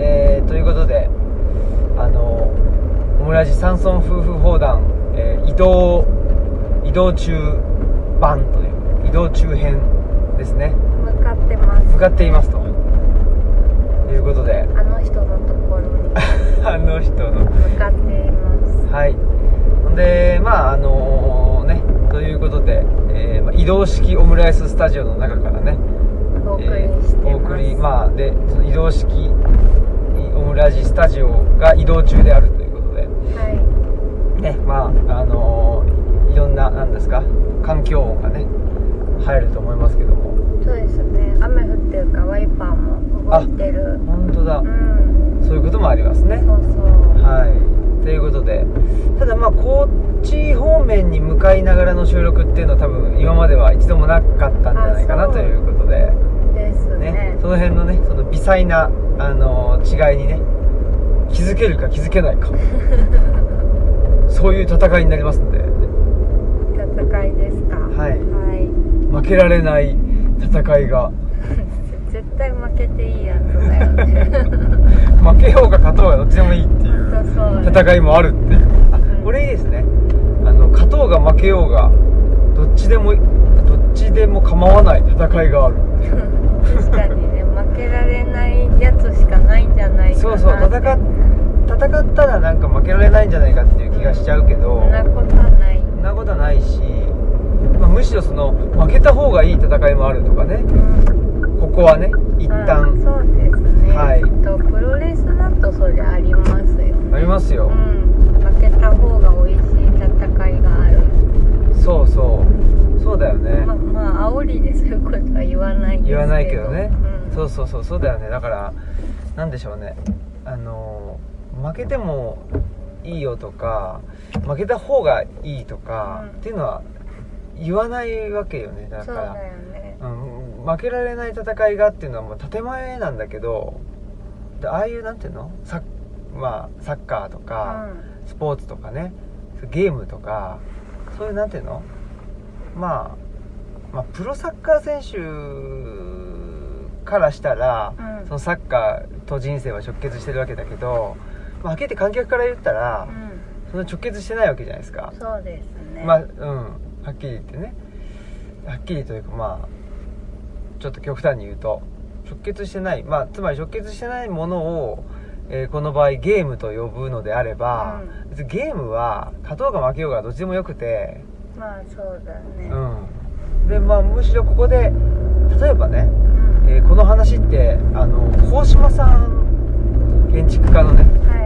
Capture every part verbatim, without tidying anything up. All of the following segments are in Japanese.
えー、ということであのオムラジ山村夫婦砲弾、えー、移動移動中版という移動中編ですね。 向かってます向かっていますということで、 あの人のところにあの人の向かっています。 はい。でまああのねということで、えーまあ、移動式オムライススタジオの中からねお送りしてます、 えー、お送りまあでその移動式オムラジスタジオが移動中であるということで、 はいね、まああのー、いろんななんですか環境音がね入ると思いますけども、 そうですね。雨降ってるからワイパーも動いてる。 本当だ、 うん、 そういうこともありますね。 そうそうはいということで、ただまあ高知方面に向かいながらの収録っていうのは多分今までは一度もなかったんじゃないかなということでですね。 ね、その辺のねその微細な、あのー、違いにね気づけるか気づけないかそういう戦いになりますんで、 戦いですか。 はい、 はい、 負けられない戦いが絶対負けていいやつだよね負けようが勝とうがどっちでもいいっていうそうそう戦いもあるっていう、あ、これいいですね。あの勝とうが負けようがどっちでもどっちでも構わない戦いがあるっていう確かにね、負けられないやつしかないんじゃないかな。 そうそう、戦っ戦ったらなんか負けられないんじゃないかっていう気がしちゃうけど、 そんなことはない。 そんなことはないし、まあ、むしろその負けた方がいい戦いもあるとかね、うん、ここはね一旦、 うん、そうですね、 はい、 とプロレスだとそれありますよね。 ありますよ、 うん、負けた方が美味しい戦いがある。 そうそうそうだよね。 ままあ煽りでそういうことは言わないですけど言わないけどね、 うん、 そうそうそうそうだよね。だからなんでしょうね、あの負けてもいいよとか負けた方がいいとか、うん、っていうのは言わないわけよね。だからそうだよね、 うん、負けられない戦いがっていうのはもう建前なんだけど、でああいうなんていうのサッ、まあ、サッカーとか、うん、スポーツとかねゲームとかそういうなんていうの、まあ、まあプロサッカー選手からしたら、うん、そのサッカーと人生は直結してるわけだけど、まあ、はっきり言って観客から言ったら、うん、その直結してないわけじゃないですか。 そうですね。 まあうんはっきり言ってね、はっきりというかまあちょっと極端に言うと直結してない、まあつまり直結してないものを、えー、この場合ゲームと呼ぶのであれば、うん、別にゲームは勝とうが負けようがどっちでもよくて、 まあそうだね、 うん、でまあむしろここで例えばね、うんえー、この話ってあの鴻島さん建築家のね、はい、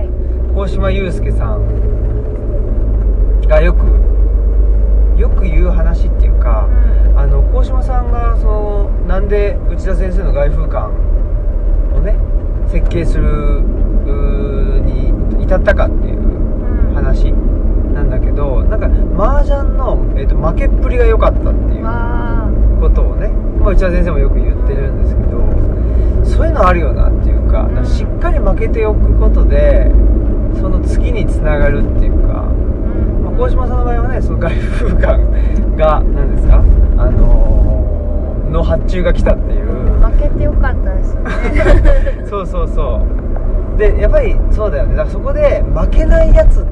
鴻島祐介さんがよくよく言う話っていうか、うん、あの鴻島さんがそのなんで内田先生の外風館をね設計するに至ったかっていう話なんだけど、なんか麻雀の、えーと、負けっぷりが良かったっていうことをね、まあ、内田先生もよく言ってるんですけど、そういうのあるよなっていうか、うん、しっかり負けておくことでその次につながるっていうか、鴻島さんの場合はねその外風館が何ですか、あのー、の発注が来たっていう、 負けてよかったですねそうそうそうでやっぱりそうだよね。だからそこで負けないやつって、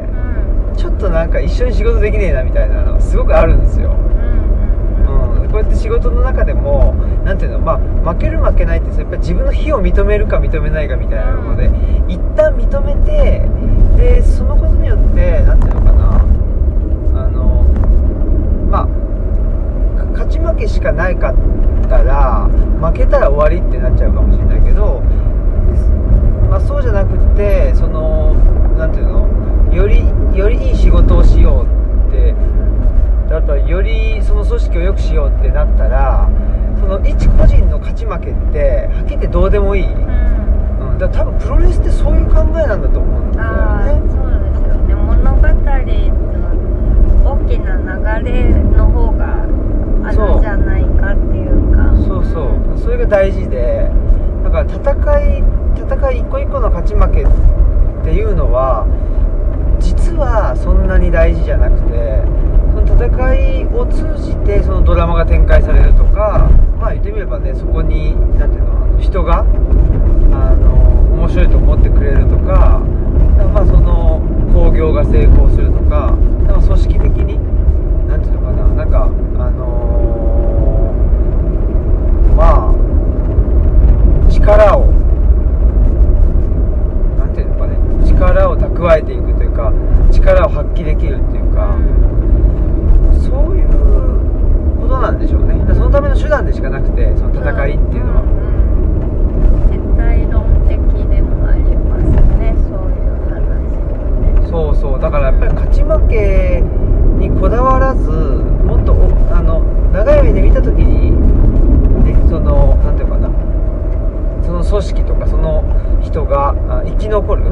うん、ちょっとなんか一緒に仕事できねえなみたいなのすごくあるんですよ、うんうんうん、こうやって仕事の中でもなんていうの、まあ、負ける負けないってやっぱり自分の非を認めるか認めないかみたいなので、うん、一旦認めて、でそのことによってなんていうのかな、あのまあ勝ち負けしかないかったら負けたら終わりってなっちゃうかもしれないけど、まあ、そうじゃなくてそのなんていうの、よりよりいい仕事をしようってあとはよりその組織を良くしようってなったら、その一個人の勝ち負けってはっきり言ってどうでもいい、うんうん、だから多分プロレスってそういう考えなんだと思うんだよね。 あそうですよね。物語の大きな流れの方があるんじゃないかっていうか、 そうそう、うん、それが大事で、だから戦い戦い一個一個の勝ち負けっていうのは実はそんなに大事じゃなくて、その戦いを通じてそのドラマが展開されるとか、まあ言ってみればね、そこになんていうの、人があの面白が生き残る、 うん、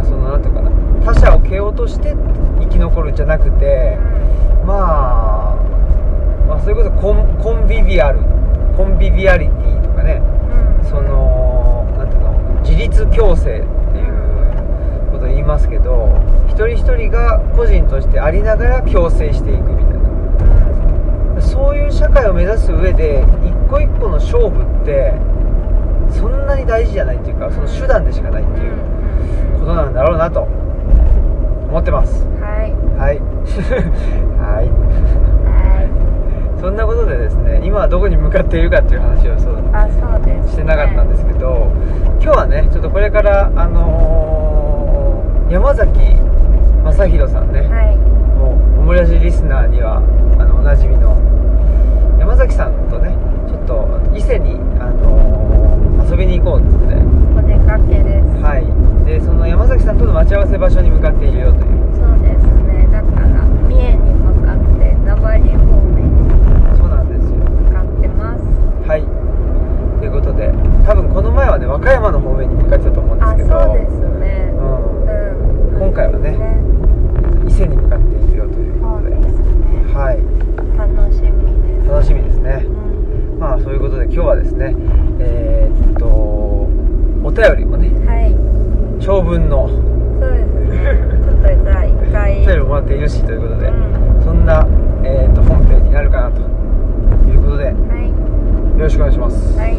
そのなんていうかな、他者を蹴落として生き残るんじゃなくて、うん、まあ、まあそれこそコン、コンビビアルコンビビアリティとかね、うん、そのなんていうの、自立共生っていうことを言いますけど、一人一人が個人としてありながら共生していくみたいな、そういう社会を目指す上で一個一個の勝負ってそんなに大事じゃないっていうか、その手段でしかないっていうことなんだろうなと思ってます。 はいはいはいそんなことでですね、今はどこに向かっているかっていう話をそうあそうです、ね、 してなかったんですけど、今日はねちょっとこれからあのー、山崎正弘さんね、はい、もうオムラジリスナーにはあのおなじみの山崎さんとねちょっと伊勢に、あのー、遊びに行こうっつってお出かけです。 はい。でその山崎さんとの待ち合わせ場所に向かっているよという。 そうですね、だから三重に向かって名張方面にそうなんですよ向かってます。 はい、ということで多分この前はね和歌山の方面に向かってたと思うんですけど、 あそうですね、 うん、うん、今回はね、ね、伊勢に向かっているよということで、 そうですね、 はい、 楽しみです楽しみですね、うん、まあそういうことで今日はですねえー、っとお便りもね、はい、長文のそうですねちょっとじゃあ一回お便りもらっているしということで、 うん、 そんな、えー、っと本編になるかなということで、はい、よろしくお願いします。 はい、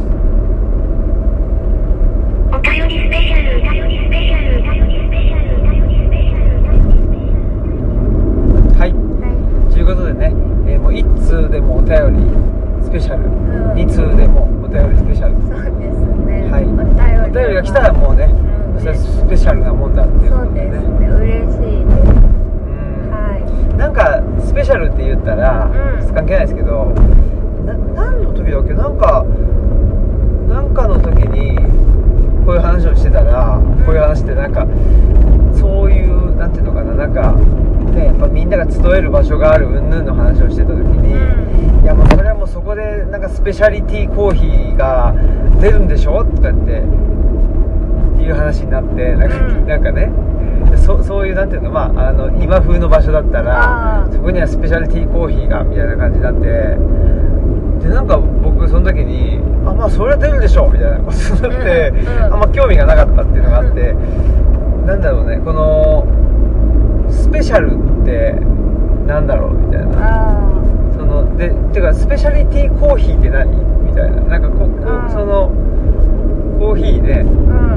お便りスペシャル、お便りスペシャル、お便りスペシャル、お便りスペシャル、お便りスペシャル。 はい、はい、ということでね、えー、もういち通でもお便りスペシャル、うん、に通でもお便りスペシャル。 そうですね。 はい。 お便り、 お便りが来たらもうね、うん、それはスペシャルなもんだっていうことでね。 そうですね。嬉しいです。 うん。はい。なんかスペシャルって言ったら、うん、関係ないですけど、な何の時だっけ、なんかなんかの時にこういう話をしてたら、こういう話ってなんかそういうなんていうのかな、なんかね、やっぱみんなが集える場所がある云々の話をしてた時に、うん、いやもうそれはもうそこでなんかスペシャリティコーヒーが出るんでしょとかっていう話になって、なんか、うん、なんかね、そ, そういうなんていうの、まあ、あの今風の場所だったらそこにはスペシャリティコーヒーがみたいな感じになって、でなんか僕その時にあまあそれは出るでしょみたいなことになって、うんうん、あんま興味がなかったっていうのがあって、うん、なんだろうね、このスペシャルってなんだろうみたいな、そのでてかスペシャリティコーヒーって何みたいな、なんかここそのコーヒーね、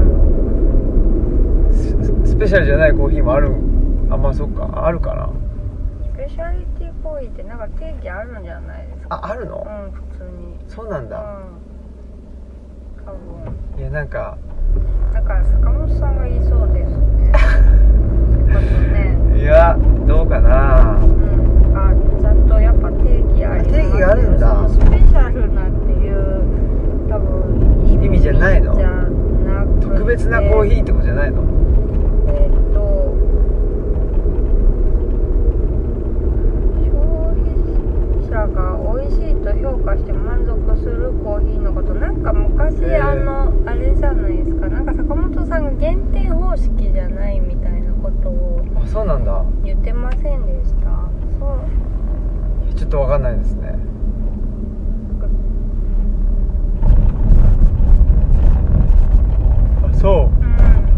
うん、ス, スペシャルじゃないコーヒーもある、あまあそっか、あるかな。 スペシャリティコーヒーってなんか定義あるんじゃないですか。 あ、あるの？ うん、普通に。 そうなんだ。うん、 多分。 いやなんかだから坂本さんが言いそうですね。ね、 いやどうかな、 うん、あちゃんとやっぱ定義あります。 定義があるんだ。 そのスペシャルなっていう多分意味じゃないの？ じゃなくて、 特別なコーヒーってことじゃないの？ えー、っと消費者が美味しいと評価して満足するコーヒーのこと、なんか昔、えー、あのあれじゃないですか、なんか坂本さんが減点方式じゃないみたいなことをあ、そうなんだ、 言ってませんでした？そうちょっとわかんないですね。あ、そう、 うん、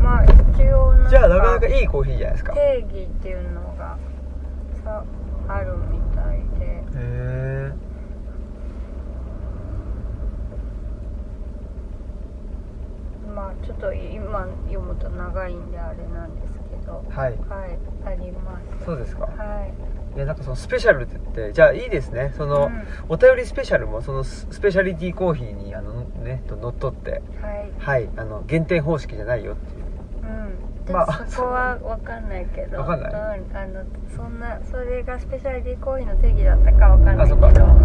まあ一応なんかじゃあなかなかいいコーヒーじゃないですか。 定義っていうのがさあるみたいで、へえ。 まあちょっと今読むと長いんであれなんですけど、 はい、 はい、あります。 そうですか。 はい。 いやなんかそのスペシャルって言って、じゃあいいですね。その、うん、お便りスペシャルもそのスペシャリティコーヒーにあのねと乗っ取って、はい、はい、あの減点方式じゃないよっていう。 うん。まあそこは分かんないけど。 分かんない。 うん、あのそんなそれがスペシャリティコーヒーの定義だったか分かんないけど。 あ、そっか。 うん。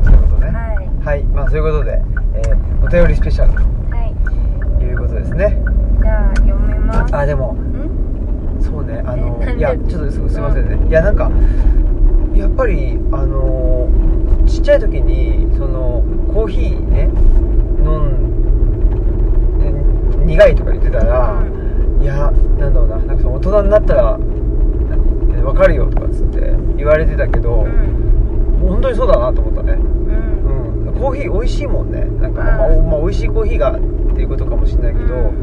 そういうことね。 はい。 はい、まあそういうことで、えー、お便りスペシャル。いうことですね。 じゃあ読みます。 あ、でもそうね、あのいやちょっとすいませんね、うん、いやなんかやっぱりあのちっちゃい時にそのコーヒーね飲ん苦いとか言ってたら、うん、いやなんだろうな、なんかその大人になったら分かるよとかっつって言われてたけど、うん、もう本当にそうだなと思ったね。うん、うん、コーヒー美味しいもんね。なんか、うん、まあ、まあ、美味しいコーヒーがっていうことかもしれないけど、うん、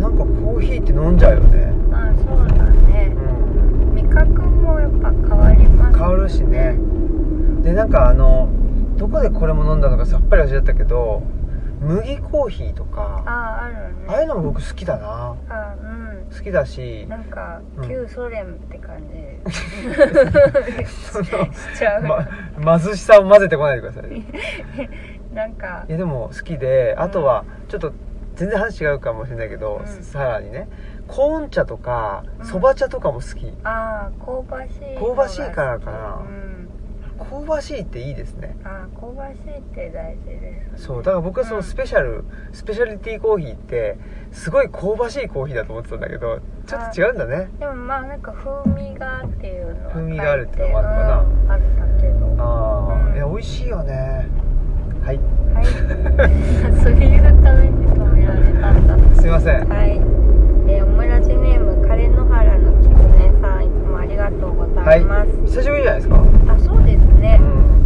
なんかコーヒーって飲んじゃうよね。 まあそうだね、うん、味覚もやっぱ変わりますね。 変わるしね。でなんかあのどこでこれも飲んだのかさっぱり忘れちゃったけど、麦コーヒーとかあ, あ, る、ね、 ああいうのも僕好きだな。 あ、うん、 好きだし、 なんか旧ソ連って感じ、うん、 そのしちゃう、ま、貧しさを混ぜてこないでくださいなんかいやでも好きで、あとはちょっと全然話違うかもしれないけど、うん、さらにねコーン茶とかそば茶とかも好き、うん、 ああ香ばしい香ばしいからかな、 うん、 香ばしいっていいですね。 ああ香ばしいって大事ですね。 そうだから僕はそのスペシャル、うん、スペシャリティコーヒーってすごい香ばしいコーヒーだと思ってたんだけど、ちょっと違うんだね。 でもまあなんか風味がっていうのは風味があるっていうのもあるのかな、 うん、あったけど、 ああ、うん、いや美味しいよね。はいはいそういうために止められたんだ。 すいません。 はい、えー、オムラジネーム枯野原のきつねさん、いつもありがとうございます。はい、 久しぶりじゃないですか。 あ、そうですね、うん、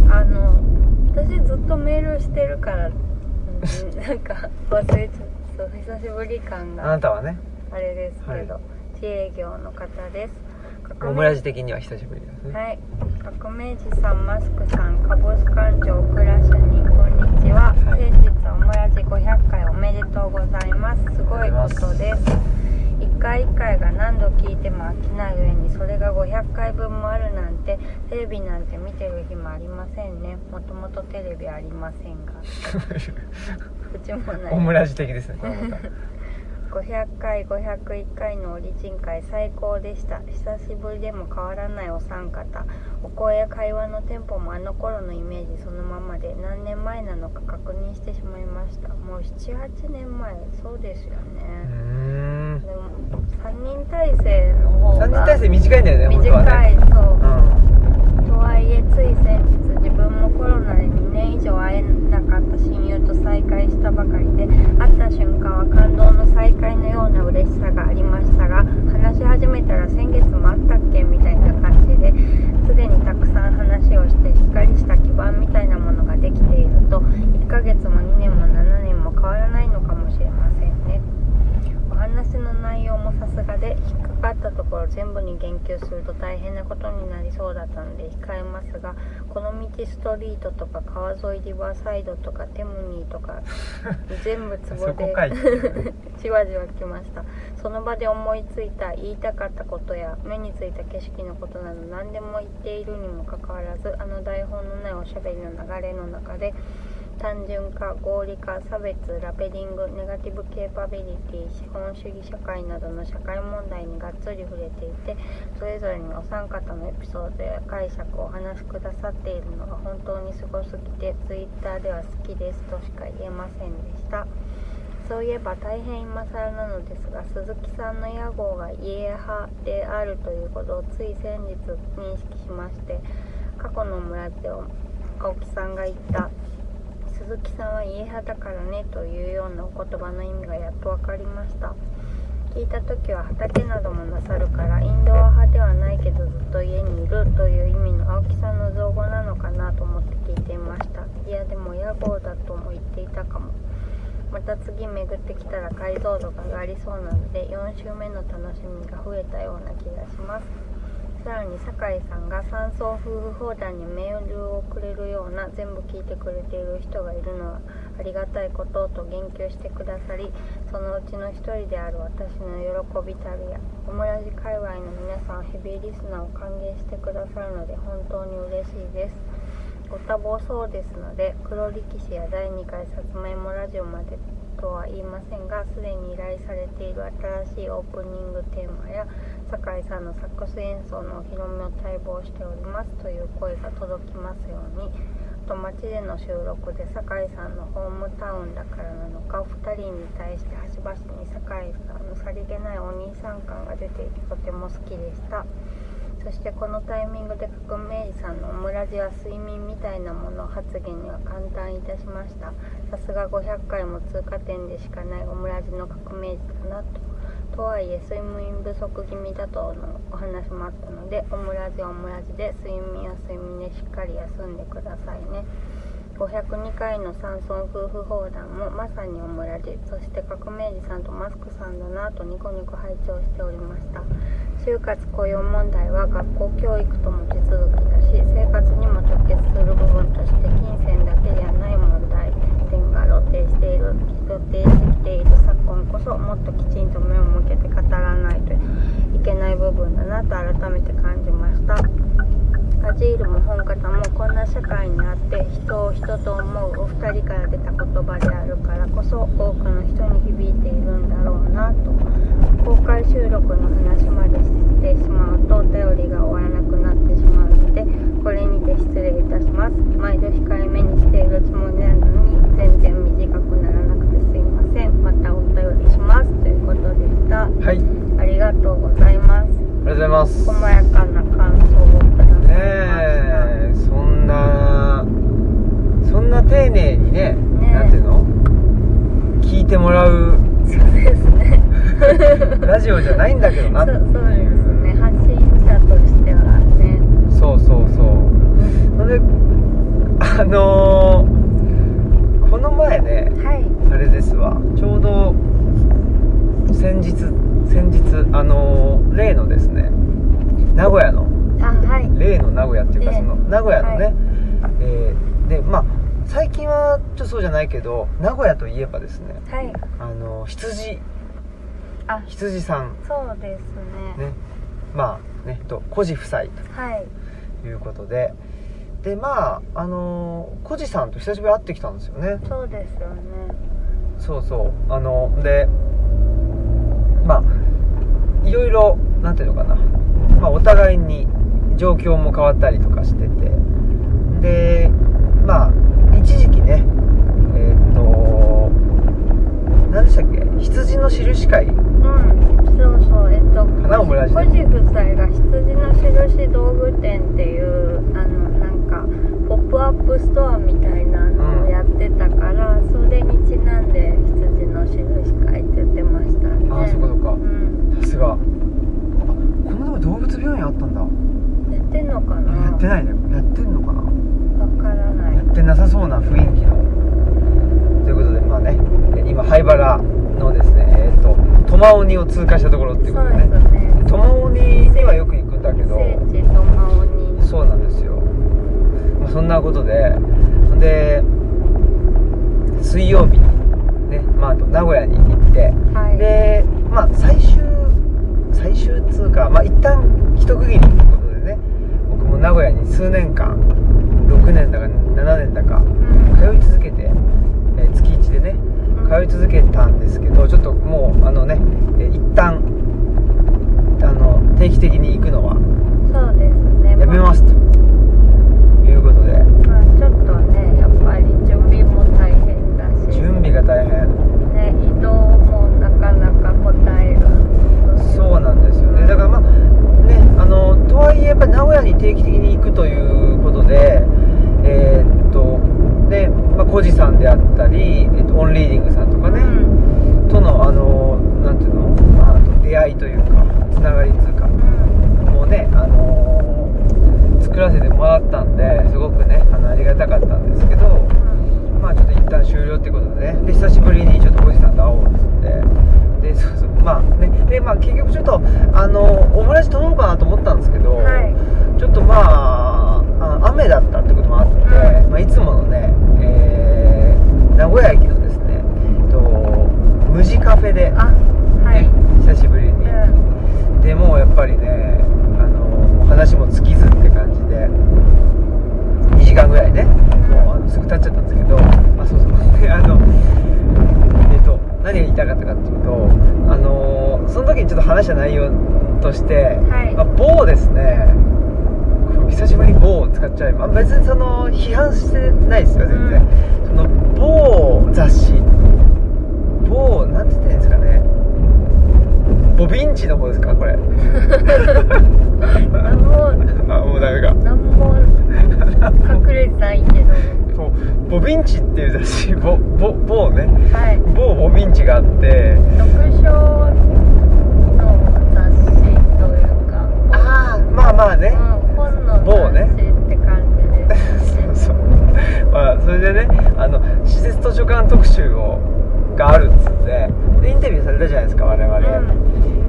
あの私ずっとメールしてるからなんか忘れちゃった。久しぶり感があなたはねあれですけど、はい、自営業の方です。 オムラジ的には久しぶりですね。 はい、革命児さん、マスクさん、カボス館長、クラシャニン、こんにちは、はい、先日オムラジごひゃっかいおめでとうございます。すごいことです。いっかいいっかいが何度聞いても飽きない上にそれがごひゃっかいぶんもあるなんて、テレビなんて見てる日もありませんね。もともとテレビありませんがうちもない。 オムラジ的ですねこれまたごひゃっかいごひゃくいっかいのオリジン会最高でした。久しぶりでも変わらないお三方、お声や会話のテンポもあの頃のイメージそのままで、何年前なのか確認してしまいました。もう ななはちねんまえ。そうですよね。うーん、でもさんにん体制の方がさんにん体制短いんだよね。 短い、 ね、 そう、うん、とはいえつい先日自分もコロナでにねん以上会えなかった親友と再会したばかりで、会った瞬間は感動の再会のような嬉しさがありましたが、話し始めたら先月もあったっけみたいな感じで、すでにたくさん話をしてしっかりした基盤みたいなものができていると、いっかげつもにねんもななねんも変わらないのかもしれませんね。お話の内容もさすがで、引っかかったところ全部に言及すると大変なことになりそうだったので控えますが、この道ストリートとか川沿いリバーサイドとかテムニーとか全部ツボでじわじわ来ました。その場で思いついた言いたかったことや目についた景色のことなど何でも言っているにもかかわらず、あの台本のないおしゃべりの流れの中で単純化、合理化、差別、ラベリング、ネガティブケーパビリティ、資本主義社会などの社会問題にがっつり触れていて、それぞれにお三方のエピソードや解釈をお話しくださっているのが本当にすごすぎて、ツイッターでは好きですとしか言えませんでした。そういえば大変今更なのですが、鈴木さんの屋号が家派であるということをつい先日認識しまして、過去の村で青木さんが言った鈴木さんは家派だからねというようなお言葉の意味がやっと分かりました。聞いた時は畑などもなさるからインドア派ではないけどずっと家にいるという意味の青木さんの造語なのかなと思って聞いていました。いやでも屋号だとも言っていたかも。また次巡ってきたら解像度が上がりそうなのでよん週目の楽しみが増えたような気がします。さらに酒井さんが山荘夫婦砲弾にメールをくれるような全部聞いてくれている人がいるのはありがたいことと言及してくださり、そのうちの一人である私の喜びたるやオムラジ界隈の皆さんヘビーリスナーを歓迎してくださるので本当に嬉しいです。ご多忙そうですので黒力士やだいにかいさつまいもラジオまでとは言いませんが、すでに依頼されている新しいオープニングテーマや酒井さんのサックス演奏のお披露目を待望しておりますという声が届きますように。と街での収録で酒井さんのホームタウンだからなのか、お二人に対して端々に酒井さんのさりげないお兄さん感が出ていてとても好きでした。 そしてこのタイミングで革命児さんのオムラジは睡眠みたいなもの発言には簡単いたしました。さすがごひゃっかいも通過点でしかないオムラジの革命児だなと。とはいえ睡眠不足気味だとのお話もあったので、オムラジはオムラジで睡眠は睡眠でしっかり休んでくださいね。ごひゃくにかいの山村夫婦砲弾もまさにオムラジ、そして革命児さんとマスクさんだなとニコニコ拝聴しておりました。就活雇用問題は学校教育とも手続きだし、生活にも直結する部分として金銭だけではない問題点が露呈している露呈してきている昨今こそ、もっときちんと目を向けて語らないといけない部分だなと改めて感じました。アジールも本方もこんな社会にあって人を人と思うお二人から出た言葉であるからこそ、多くの人に響いているんだろうなと。公開収録の話までしてしまうとお便りが終わらなくなってしまうので、これにて失礼いたします。毎度控えめにしているつもりなのに全然短くならなくてすいません。またお便りしますということでした。 はい、 ありがとうございます。 ありがとうございます。 細やかな感想をくださいました。 ねえ、そんなそんな丁寧にね、 ねなんていうの、聞いてもらうそうですねラジオじゃないんだけどな。 そ, そうですね、発信者としてはね。 そうそうそう。なんであのー、この前ね、 はい、 あれですわ、ちょうど先日先日あのー、例のですね、名古屋のあ、はい、 例の名古屋っていうか、その名古屋のね、 はい、 えー、でまあ最近はちょっとそうじゃないけど、名古屋といえばですね、 はい、 あの羊あ、 羊さん、 そうですね、 ね、まあねと孤児夫妻はいということで、でまああのー、孤児さんと久しぶりに会ってきたんですよね。 そうですよね。 そうそう、あのでまあいろいろなんていうのかな、まあお互いに状況も変わったりとかしてて、でまあ一時期ね、えー、っと何でしたっけ、羊の印会、 うん、そうそう、えっと花を村地で孤児夫妻が羊の印道具店っていうあのなんかポップアップストアみたいなのをやってたから、うん、それにちなんで羊の印会って言ってましたね。 ああ、そうかそうか、 うん、 さすが。あ、この動物病院あったんだ。 やってんのかな。 やってないね。やってんのかな、 わからない。 やってなさそうな雰囲気の。ということで、まあね、今灰原のですね、えっとトマオニを通過したところっていうことでね。 そうですね。 トマオニにはよく行くんだけど、 聖地トマオニ。 そうなんですよ。まあ、そんなことで、で水曜日にね、まあ、あと名古屋に行って、 はい、でまあ最終最終っつうか、まあ一旦一区切りということでね、僕も名古屋に数年間、ろくねんだかななねんだか通い続けて、えー、月いちでね通い続けたんですけど、ちょっともうあのね、えー、一旦あの定期的に行くのはそうですね、 やめますということで、 まあ、ちょっとねやっぱり準備も大変だし、 準備が大変ね、移動もなかなか応える。 そうなんですよね。だからまあね、あのとはいえやっぱり名古屋に定期的に行くということで、えー、っとで、まあ、コジさんであったり、えー、っとオンリーディングさんとかね、うん、とのあのなんていうの、まあ、あと出会いというかつながりというか、うん、もうね、あのー、作らせてもらったんですごくね、あのありがたかったんですけど、うん、まあちょっと一旦終了ってことでね、で久しぶりにちょっとコジさんと会おうっつって、でそうそう、まあね、でまあ結局ちょっとあのオムライス撮ろうかなと思ったんですけど、はい、ちょっとまあ、あ雨だったってこともあって、うん、まあ、いつものね、えー、名古屋駅のですね、と無地カフェで、ね、はい、久しぶりに、うん、でもうやっぱりね、あの話も尽きずって感じでにじかんぐらいね、もうあのすぐ経っちゃったんですけど、まあそうそうで、あのえっと何が言いたかったかっていうと、あのー、その時にちょっと話した内容として、はい、まあ、某ですね、久しぶりに某を使っちゃい、まあ、別にその批判してないですよ全然、うん、その某雑誌、某なんて言ったらいいんですかね、某ボビンチの方ですかこれ。 何もあ、もうダメか。 何も隠れてないけど。 ボ, ボビンチっていう雑誌、ボボボね、 はい。 某ボビンチがあって、 読書の雑誌というか。 ああ、まあまあね。 うん、本の雑誌って感じです、ね。そうそう。 まあそれでね、あの施設図書館特集をがあるっつってでインタビューされたじゃないですか我々、うん、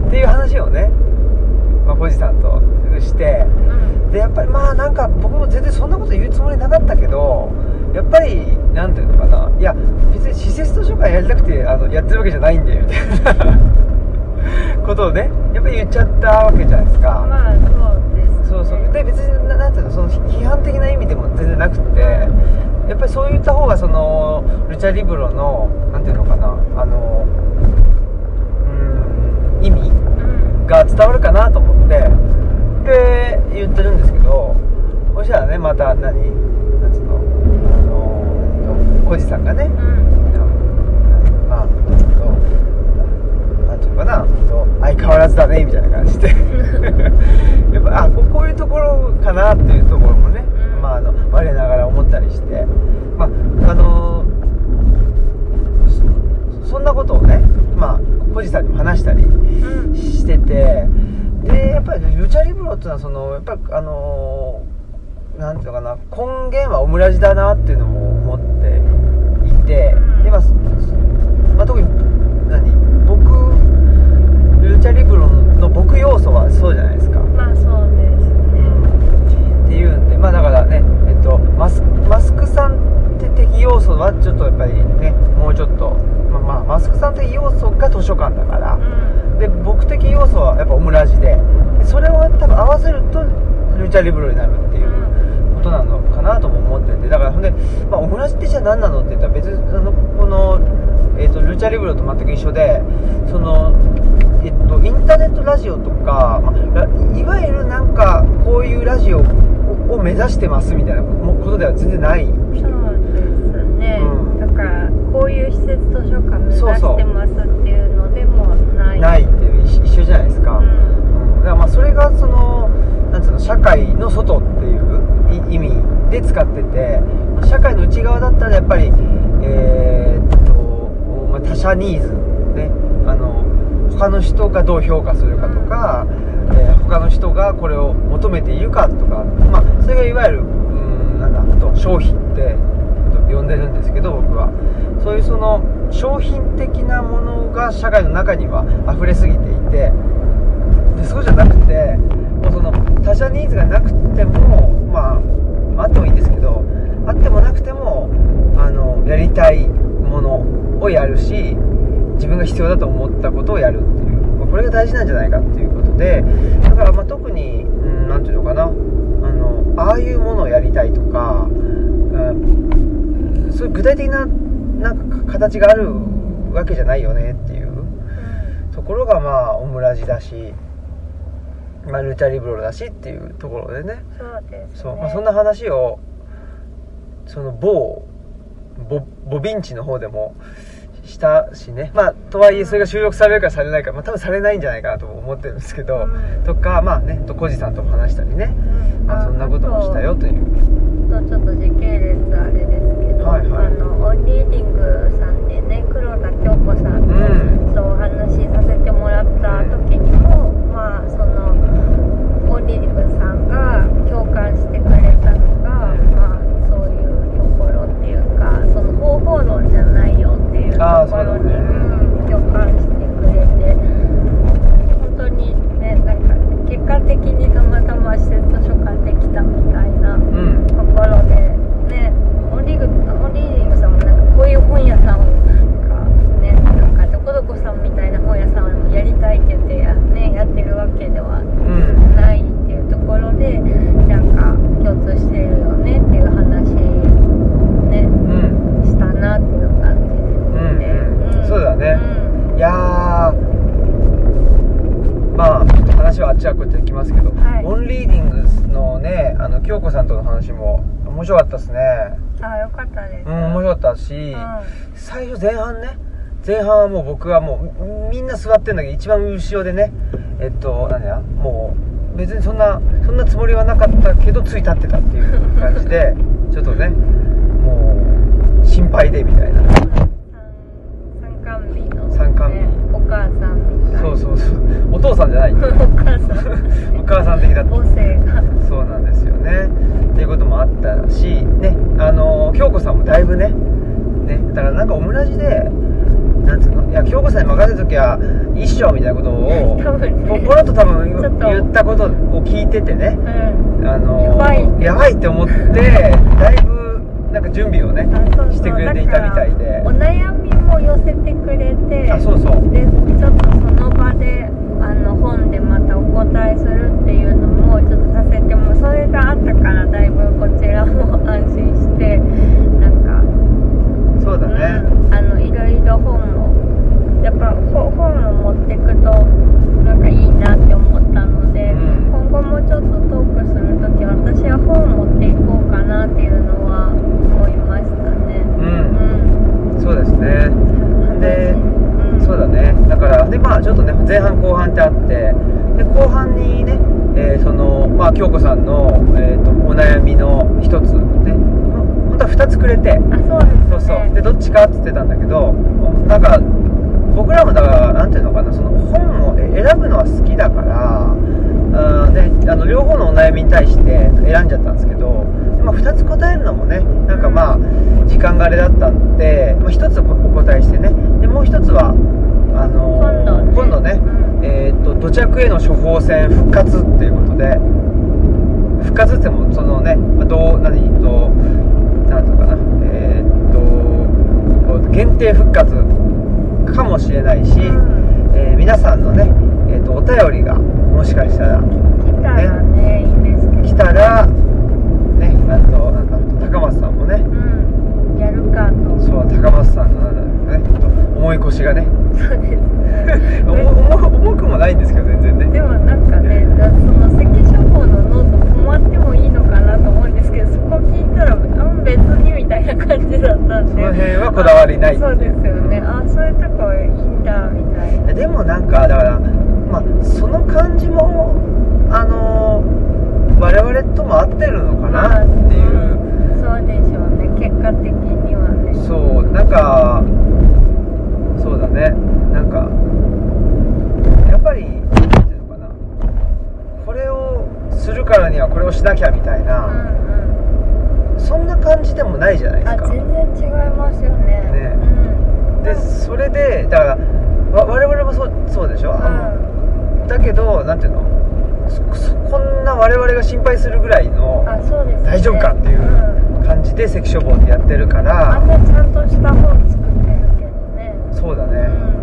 っていう話をね、まあ、小路さんとして、うん、でやっぱりまあなんか僕も全然そんなこと言うつもりなかったけどやっぱりなんていうのかないや別に施設図書館やりたくてあのやってるわけじゃないんだよみたいなことをねやっぱり言っちゃったわけじゃないですか。 まあそうですね。 そうそうで別になんていうのその批判的な意味でも全然なくて、やっぱりそういった方がそのルチャリブロのなんていうのかなあのうーん意味が伝わるかなと思ってで言ってるんですけど、そしたらねまた何なんつうのあの小路さんがね、うん、まあなんていうのかな相変わらずだねみたいな感じでやっぱあ こ, こういうところかなっていうところもね、うん、まああの我ながら思ったりして、まああのそ, そんなことをね、まあ小路さんにも話したりしてて、うん、でやっぱりルチャリブロっていうのはそのやっぱりあのなんていうのかな根源はオムラジだなっていうのも思っていて、で、まあまあ、特に何僕ルチャリブロの僕要素はそうじゃないですか。 まあそうですね、うん、 っていうんでまあだからねえっとマスマスクさん的要素はちょっとやっぱりねもうちょっとまあ、まあ、マスクさん的要素が図書館だから、うん、で僕的要素はやっぱオムラジ で, でそれを多分合わせるとルチャリブロになるっていうことなのかなとも思ってて、だからほんで、まあ、オムラジってじゃあ何なのって言ったら別にあのこの、えー、とルチャリブロと全く一緒でそのえっと、インターネットラジオとか、まあ、いわゆるなんかこういうラジオを目指してますみたいなことでは全然ない。 そうですね、うん、だからこういう施設図書館目指してますっていうのでもないないっていう一緒じゃないですか、うんうん、だからまあそれがそのなんつうの社会の外っていう意味で使ってて、社会の内側だったらやっぱり、えー、っとまあ、他者ニーズねあの他の人がどう評価するかとか、えー、他の人がこれを求めているかとか、まあ、それがいわゆるうーんなんだと商品って呼んでるんですけど僕はそういうその商品的なものが社会の中には溢れすぎていてでそうじゃなくてもうその他者ニーズがなくてもまああってもいいんですけどあってもなくてもあのやりたいものをやるし自分が必要だと思ったことをやるっていう、まあ、これが大事なんじゃないかっていうことでだからまあ特にうんなんていうのかなあのああいうものをやりたいとか、うん、そういう具体的ななんか形があるわけじゃないよねっていうところがまあオムラジだし、まあ、ルチャリブロだしっていうところでねそうですね、 そうまあ、そんな話をその某 ボ, ボビンチの方でもしたしね、まあとはいえそれが収録されるかされないか、まあ、多分されないんじゃないかなと思ってるんですけど、うん、とかまあねと小路さんとも話したりね、うん、まあ、そんなこともしたよというとちょっと時系列あれですけど、はいはい、あのオンリーディングさんでね黒田京子さんと、うん、そうお話しさせてもらった時にも、うん、まあそのオンリーディングさんが共感してくれたのが、うん、まあそういうところっていうかその方法論じゃないよっていうところに、ね、うん、共感してくれて本当にねなんか結果的にたまたま施設図書館できたみたいなところで、ね、オンリーディングさんもなんかこういう本屋さんがねなんかどこどこさんみたいな本屋さんをやりたいって言って や,、ね、やってるわけではないっていうところでなんか共通してるよねっていう話ね、うん、したなっていう感じですね、 うんうん、そうだね、うん、いやーまあ話はあっちはこっちできますけど、はい、オンリーディングのねあの京子さんとの話も面白かったですね。 あ、よかったです。 うん、面白かったし、うん、最初前半ね前半はもう僕はもうみんな座ってるんだけど一番後ろでね、えっと何やもう別にそんなそんなつもりはなかったけどつい立ってたっていう感じでちょっとねもう心配でみたいな。 参観日の、 参観日お母さんみたいな。 そうそうそう、お父さんじゃないお母さんお母さん的だった。 母性がそうなんですよねっていうこともあったしね、あの京子さんもだいぶねねだからなんかオムラジでなんつうの、いや京子さんに任せときゃいいっしょみたいなことを多分ねポロッと多分ちょっと言ったことを聞いててね、 うん、 あのやばいやばいって思ってだいぶなんか準備をねあそうそうしてくれていたみたいで、 お悩みも寄せてくれて、 あそうそうでちょっとその場であの本でまたお答えするっていうのもちょっとさせてもそれがあったからだいぶこちらも安心してなんかそうだね、 うん、あのいろいろ本もやっぱ本を持っていくとなんかいいなって思ったので、うん、今後もちょっとトークするとき私は本を持っていこうかなっていうのは思いましたね。 うん、うん、そうですね。で、うん、そうだね。だからでまあちょっとね前半後半ってあってで後半にね、えー、そのまあ京子さんの、えー、とお悩みの一つね本当は二つくれて、 あそうですね、 そうそうでどっちかって言ってたんだけどなんか僕らもだからなんていうのかなその本を選ぶのは好きだからあであの両方のお悩みに対して選んじゃったんですけど、まあ、ふたつ答えるのもねなんかまあ時間があれだったんで、まあ、ひとつお答えしてねでもうひとつはあのー、 今度ね、 今度ね、うん、えー、っと土着への処方箋復活っていうことで復活ってもそのねどう何となんとかなえー、っと限定復活かもしれないし、うんえー、皆さんのね、えー、とお便りがもしかしたら来たらね、ねいいんですけど来たらねあとなんだ高松さんもね、 うん、やるかとそう高松さんのなんだろうね重い腰がねそうですね重, 重くもないんですけど全然ねでもなんかねその関処方のノート困ってもいいのかなと思うんですけどそこ聞いたらあ別にみたいな感じだったんでその辺はこだわりないそうですよねあそういうとこいいんだみたいなでもなんかだからまあその感じもあのー、我々とも合ってるのかなっていう、まあうん、そうでしょうね結果的にはねそうなんかそうだねなんかやっぱりなんていうのかなこれをするからにはこれをしなきゃみたいな、うんうん、そんな感じでもないじゃないですか。 あ全然違いますよね。ね、 うん、でそれでだから我々もそうそうでしょ、うん、だけどなんていうのこんな我々が心配するぐらいのあそうです、ね、 大丈夫かっていう感じで関処方ってやってるから、 あんなちゃんとした本作ってるけどねそうだね、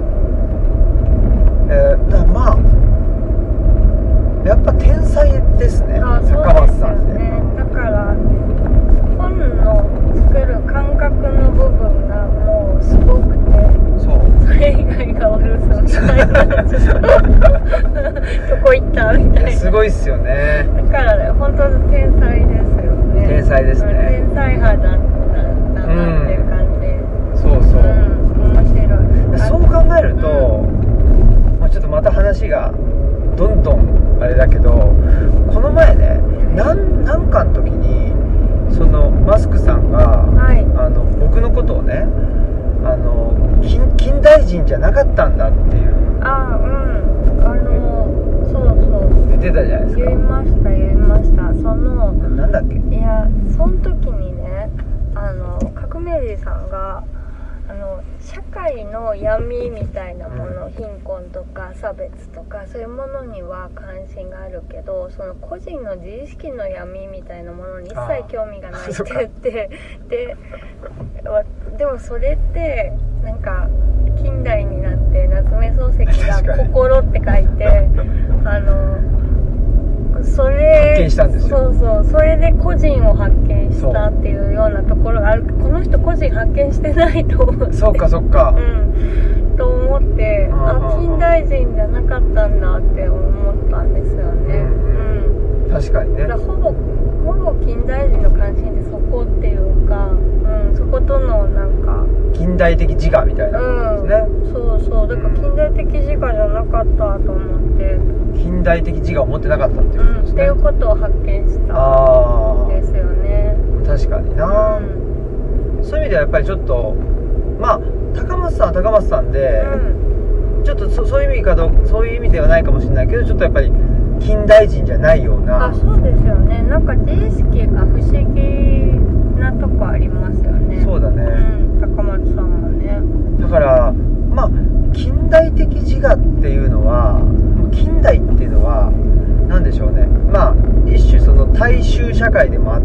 うんえー、だまあやっぱ天才ですねあそうですよね高松さんってだから本の作る感覚の部分がもうすごくてそうそれ以外がお留守みたいなどこ行ったみたいなすごいっすよねだからね本当に天才ですよね天才ですね天才派だったんだなっていう感じ、うん、 そうそう、うん、 面白いそう考えると、うんまあ、ちょっとまた話がどんどんあれだけどこの前ね何何かの時にそのマスクさんが、はい、あの僕のことをねあの 近, 近代人じゃなかったんだっていうあうんあのそうそう言ってたじゃないですか言いました言いましたそのなんだっけいやその時にねあの革命児さんがあの社会の闇みたいなもの、うん、貧困とか差別とかそういうものには関心があるけどその個人の自意識の闇みたいなものに一切興味がないって言ってで, でもそれってなんか近代になって夏目漱石が「心」って書いてあのそれ発見したんですよそうそうそれで個人を発見したっていうようなところがあるこの人個人発見してないと思ってそうかそうかうんと思ってあ近代人じゃなかったんだって思ったんですよね、うんうん、確かにねだからほぼほぼ近代人の関心ってそこっていうか、うん、そこことのなんか近代的自我みたいなことですね、 うん、そうそうだから近代的自我じゃなかったと思って、 近代的自我を持ってなかったっていうことですね、 うん、っていうことを発見したあんですよね。 確かにな、 うん、 そういう意味ではやっぱりちょっとまあ高松さんは高松さんで、うん、ちょっと そ, そういう意味かどそういう意味ではないかもしれないけどちょっとやっぱり近代人じゃないような。 あ、そうですよね。なんか自意識が不思議なとこありますよね。 そうだね、 うん、高松さんもね。 だからまあ近代的自我っていうのは近代っていうのは何でしょうね、まあ一種その大衆社会でもあって、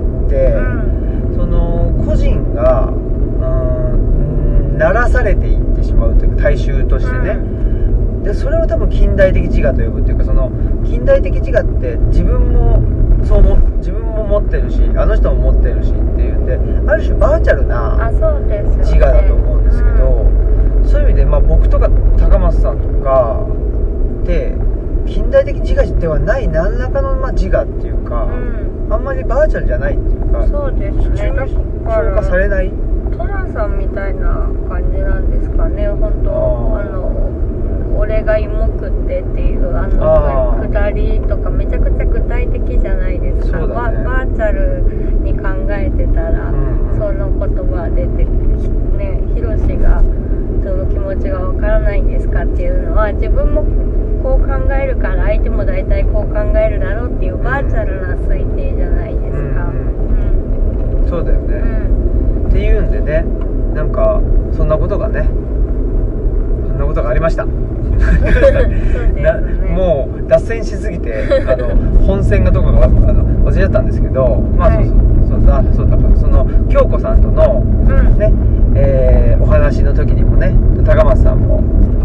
うん、その個人がうーんならされていってしまうというか大衆としてね、うん、でそれを多分近代的自我と呼ぶっていうか、その近代的自我って自分もそうも自分も持ってるしあの人も持ってるしっていうんである種バーチャルな自我だと思うんですけど、うん、そういう意味で、まあ、僕とか高松さんとかって近代的自我ではない何らかのまあ自我っていうか、うん、あんまりバーチャルじゃないっていうか、 そうですね、 評価されないトラさんみたいな感じなんですかね。本当あの俺が芋食ってっていうあのくだりとかめちゃくちゃ具体的じゃないですか、ね、バ, バーチャルに考えてたら、うん、その言葉出てね、ヒロシがその気持ちがわからないんですかっていうのは自分もこう考えるから相手も大体こう考えるだろうっていうバーチャルな推定じゃないですか、 うんうん、そうだよね、うん、っていうんでね、なんかそんなことがねそんなことがありましたなもう脱線しすぎてあの本線がどこかあの忘れちゃったんですけど、まあ、はい、そうそうそうだそうだからその京子さんとの、ね、うん、えー、お話の時にもね高松さんも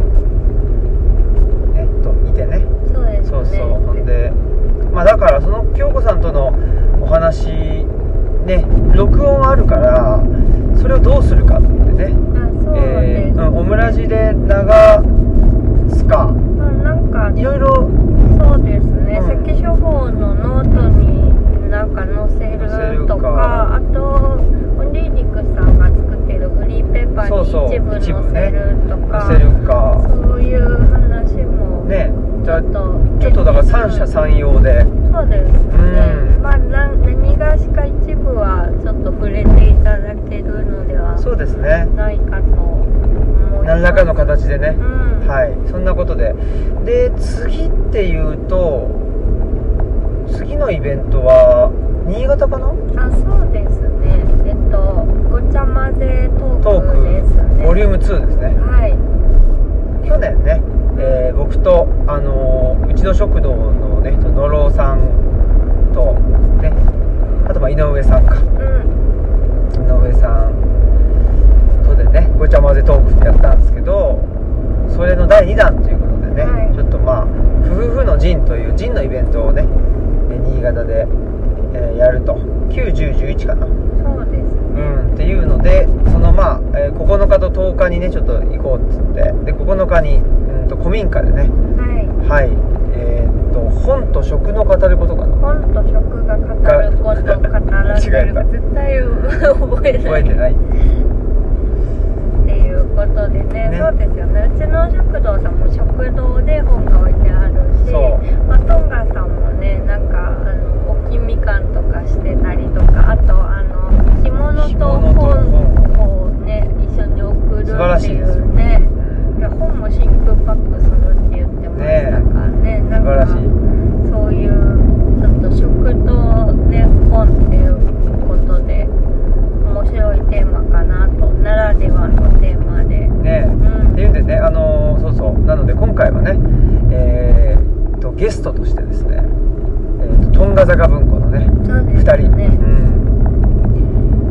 ねといてね、 そうですね、 そうそうほんで、まあ、だからその京子さんとのお話ね録音あるからそれをどうするかってね、 あ、そうです、えー、 オムラジで流すか、 なんかいろいろそうですね、うん、関書法のノートになんか載せると か, かあとオンリーディクさんが作ってるフリーペーパーに一部載せるとか、 載せるか、 そういう話もね、 ちょっとちょっとだから三者三様で、 そうですね、うん、まあな何がしか一部はちょっと触れていただけるのではそうですねないかと思います。 何らかの形でね、 うん、 はい、そんなことでで次っていうと次のイベントは新潟かな。 あ、そうですね、えっとごちゃ混ぜトークですね、 ボリュームツーですね。 はい、 去年ね、えー、僕と、あのー、うちの食堂のね野呂さんとね、あとまあ井上さんか、うん、井上さんとでねごちゃ混ぜトークってやったんですけど、それのだいにだんということでね、はい、ちょっとまあふふふの陣という陣のイベントをね新潟で、えー、やるときゅう、じゅう、じゅういちかな、 そうですね、 うん、っていうのでそのまあ、えー、ここのかととおかにねちょっと行こうっつってでここのかに、うん、と古民家でね、はい、はい、えー、っと本と食の語ることかな、 本と食が語ることを語らせるか絶対覚えない覚えてないっていうことで ね, ねそうですよね、うちの食堂さんも食堂で本が置いてあるし、まあ、トンガさんもねなんかあの置きみかんとかしてたりとか、あとあの干物と本をね一緒に送るっていうね、いや本も真空パックするって言ってましたからね、ね、なんかそういうちょっと食とね本っていうことで面白いテーマかなと、ならではのテーマでね、うん、っていうんでね、あのー、そうそうなので今回はね、えー、とゲストとしてですね、えー、とトンガ坂文庫のねふたり、ね、うん、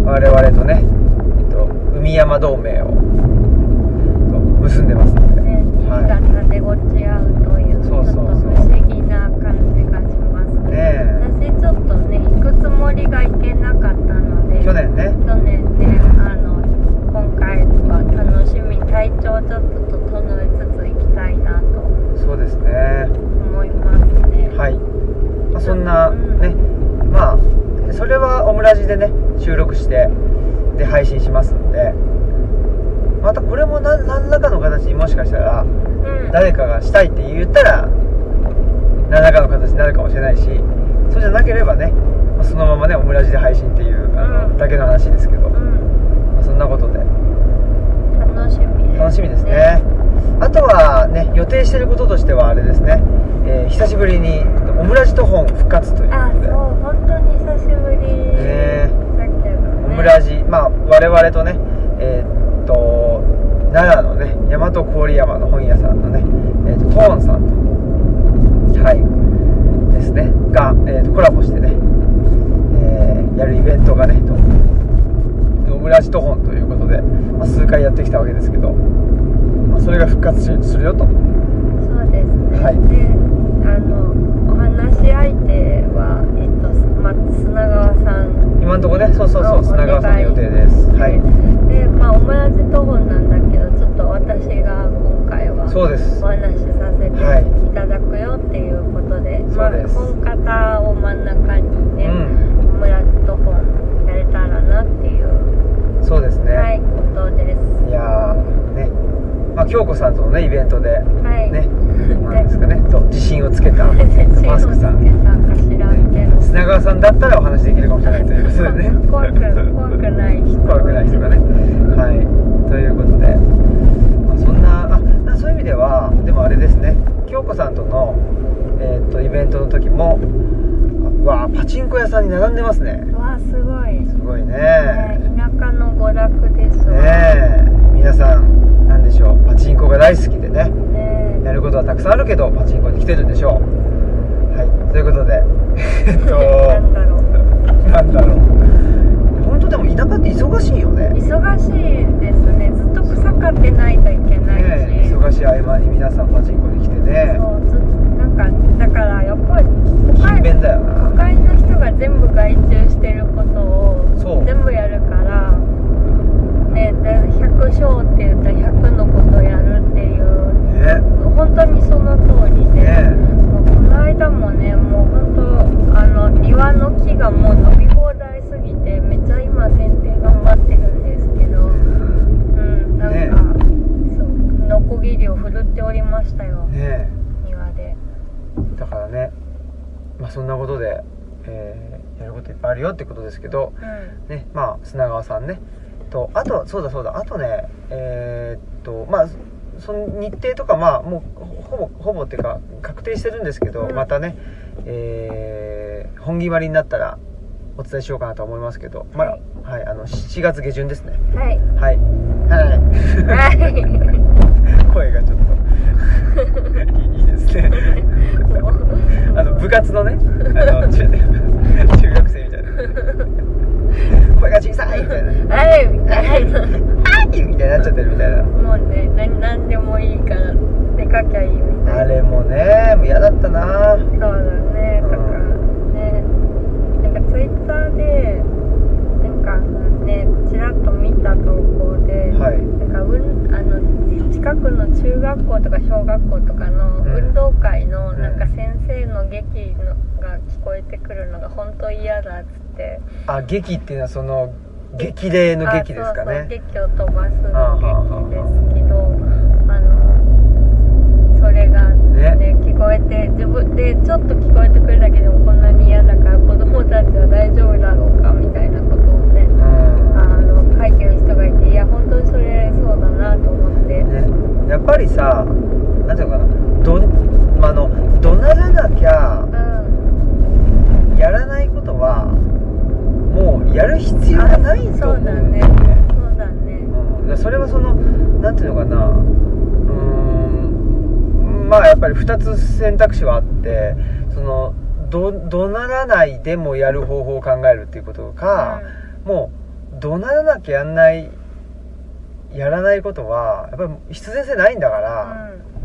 我々とね、えー、と海山同盟をと結んでますので、ね、 新潟で落ち合うという、 そうそうそう、 ちょっと不思議な感じがしますね。私ちょっとね行くつもりが行けなかったので、 去年ね去年ねあの今回は楽しみ、体調ちょっと整えつつ行きたいなとそうですね思いますね。 はい、まあ、そんなね、うん、まあそれはオムラジでね収録して、 で配信しますんで、またこれも何何らかの形にもしかしたら誰かがしたいって言ったら何らかの形になるかもしれないし、そうじゃなければねそのままねオムラジで配信っていうあの、うん、だけの話ですけど、うんまあ、そんなことで楽しみですね。 楽しみですね。あとはね予定していることとしてはあれですね、えー、久しぶりにオムラジと本復活ということで、 あそう本当に久しぶりねだけどね、 オムラジまあ我々とねえー、っと奈良のね大和郡山の本屋さんのね、えー、とトーンさんとはいですねが、えー、とコラボしてね、えー、やるイベントがねとオムラジと本ということで、まあ、数回やってきたわけですけど、まあ、それが復活するよと。 そうですね、はい、であのお話し相手は、えっとま、砂川さん今のところねそうそうそう砂川さんの予定です。はいでまあオムラジと本なんだけどちょっと私が今回はそうですお話しさせていただくよっていうことで、はいまあ、本方を真ん中にね、うん、オムラジと本やれたらなっていうそうですねはいことです。 いやーねまあ京子さんとのねイベントで、はい、ねなんですかねと自信をつけたマスクさん砂川さんだったらお話できるかもしれないということでね怖く怖くない人怖くない人がねはいということで、まあ、そんなあそういう意味ではでもあれですね京子さんとの、えー、っとイベントの時もわあパチンコ屋さんに並んでますね。 わあすごいすごいね、 ね田舎の娯楽ですわね皆さんなんでしょうパチンコが大好きでねねやることはたくさんあるけどパチンコに来てるんでしょう。はいということでえっとなんだろうなんだろう本当でも田舎って忙しいよね。 忙しいですね。ずっと草刈ってないといけないし、 ね、忙しい合間に皆さんパチンコに来てねそうずなんかだからやっぱり勤勉だよな。 都会の人が全部外注してることを全部やるからねひゃくショーって言ったらひゃくのことをやるっていう、ね、本当にその通りで、ね、もうこの間もねもう本当あの庭の木がもう伸び放題すぎてめっちゃ今剪定頑張ってるんですけど、うんなんか、ね、そうノコギリを振るっておりましたよ、ね、庭で。 だからねまあそんなことで、えー、やることいっぱいあるよってことですけど、うんねまあ、砂川さんねとあとそうだそうだあとねえー、っとまあその日程とかまあもうほぼほぼっていうか確定してるんですけど、うん、またね、えー、本決まりになったらお伝えしようかなと思いますけど、まあはい、あのしちがつ下旬ですね。 はいはいはい、はい、声がちょっといい、いいですねあの部活のねあの 中, 中学生みたいな声が小さいみたいなはいみたいなはいみたいになっちゃってるみたいなもうね何何でもいいから出かきゃいいみたいなあれもねもう嫌だったな。 そうだねだからねなんかツイッターでなんかねちらっと見た投稿で、はい、なんか、うん、あの近くの中学校とか小学校とかの運動会のなんか先生の劇のが聞こえてくるのが本当嫌だっつってあ劇っていうのはその激励の劇ですかね。 そうそう劇を飛ばすの劇ですけどあのそれがね、ね聞こえて自分でちょっと聞こえてくるだけでもこんなに嫌だから子供たちは大丈夫だろうかみたいなことをね、うん、あの書いてる人がいていや本当にそれそうだなと思って、ね、 やっぱりさなんていうのかなど、まあ、あの怒鳴らなきゃ、うん、やらないことはもうやる必要がないと思うんだよね。 そうだね、 うん、それはそのなんていうのかなうーんまあやっぱりふたつ選択肢はあってその ど, 怒鳴らないでもやる方法を考えるっていうことか、うん、もう怒鳴らなきゃやんないやらないことはやっぱり必然性ないんだから、 うん、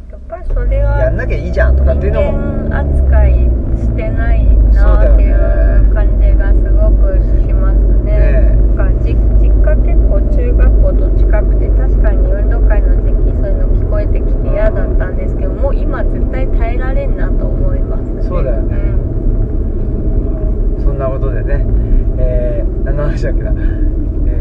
やっぱりそれはやんなきゃいいじゃんとかっていうのも人間扱いしてないなっていう感じがすごくしますね。なんか実家結構中学校と近くて確かに運動会の時期そういうの聞こえてきて嫌だったんですけどもう今絶対耐えられんなと思いますね。 そうだよね、うん、そんなことでね、えー、何の話だっけな、え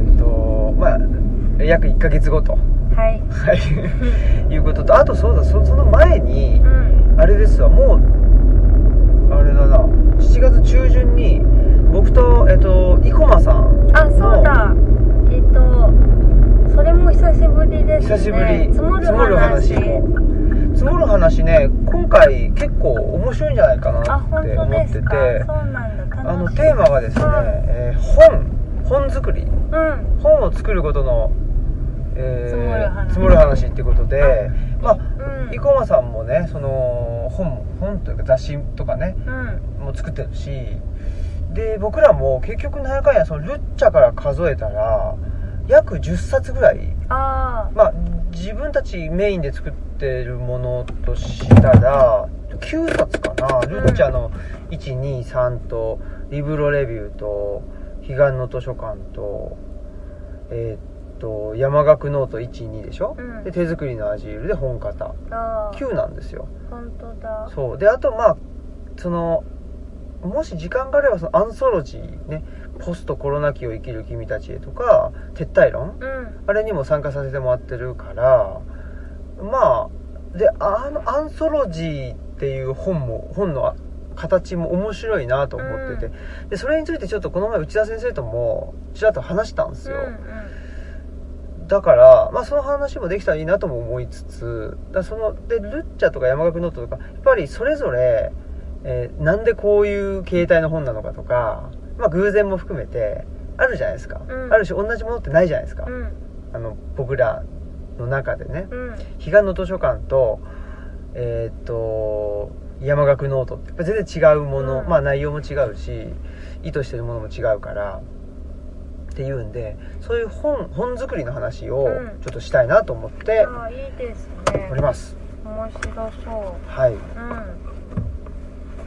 約いっかげつごとはいはいいうことと、あとそうだ そ, その前に、 うん、 あれですわ、もうあれだな、しちがつ中旬に僕とえっと生駒さんの、 あ、そうだ、えっとそれも久しぶりですね。 久しぶり、 積もる話積もる話も積もる話ね、今回結構面白いんじゃないかなあ、 って本当思ってて、 ですか。そうなんだ、楽しい。 あのテーマがですね、 はいえー本本作り、 うん本を作ることの、えー積もる話積もる話ってことで、まあ、 うん生駒さんもね、その本本というか雑誌とかねうんもう作ってるし、で僕らも結局何やかんやそのルッチャから数えたら約じゅっさつぐらい、 あまあ自分たちメインで作ってるものとしたらきゅうさつかな、ルッチャのいちにさんとリブロレビューと彼岸の図書館とえー、っと山岳ノートいちにでしょ、うん、で手作りのアジールで本型あきゅうなんですよ。 本当だ。 そうで、あとまあそのもし時間があればそのアンソロジーね、ポストコロナ期を生きる君たちへとか撤退論、 うん、 あれにも参加させてもらってるから、まあであのアンソロジーっていう本も本の形も面白いなと思ってて、うん、でそれについてちょっとこの前内田先生ともちらっと話したんですよ、うんうん、だから、まあ、その話もできたらいいなとも思いつつ、だそのでルッチャとか山岳ノートとかやっぱりそれぞれ、えー、なんでこういう形態の本なのかとか、まあ、偶然も含めてあるじゃないですか、うん、ある種同じものってないじゃないですか、うん、あの僕らの中でね、うん、彼岸の図書館とえー、っと山岳ノートってやっぱ全然違うもの、うん、まあ内容も違うし意図してるものも違うからっていうんで、そういう本本作りの話をちょっとしたいなと思っております、 うん、面白そう。 はい、うん、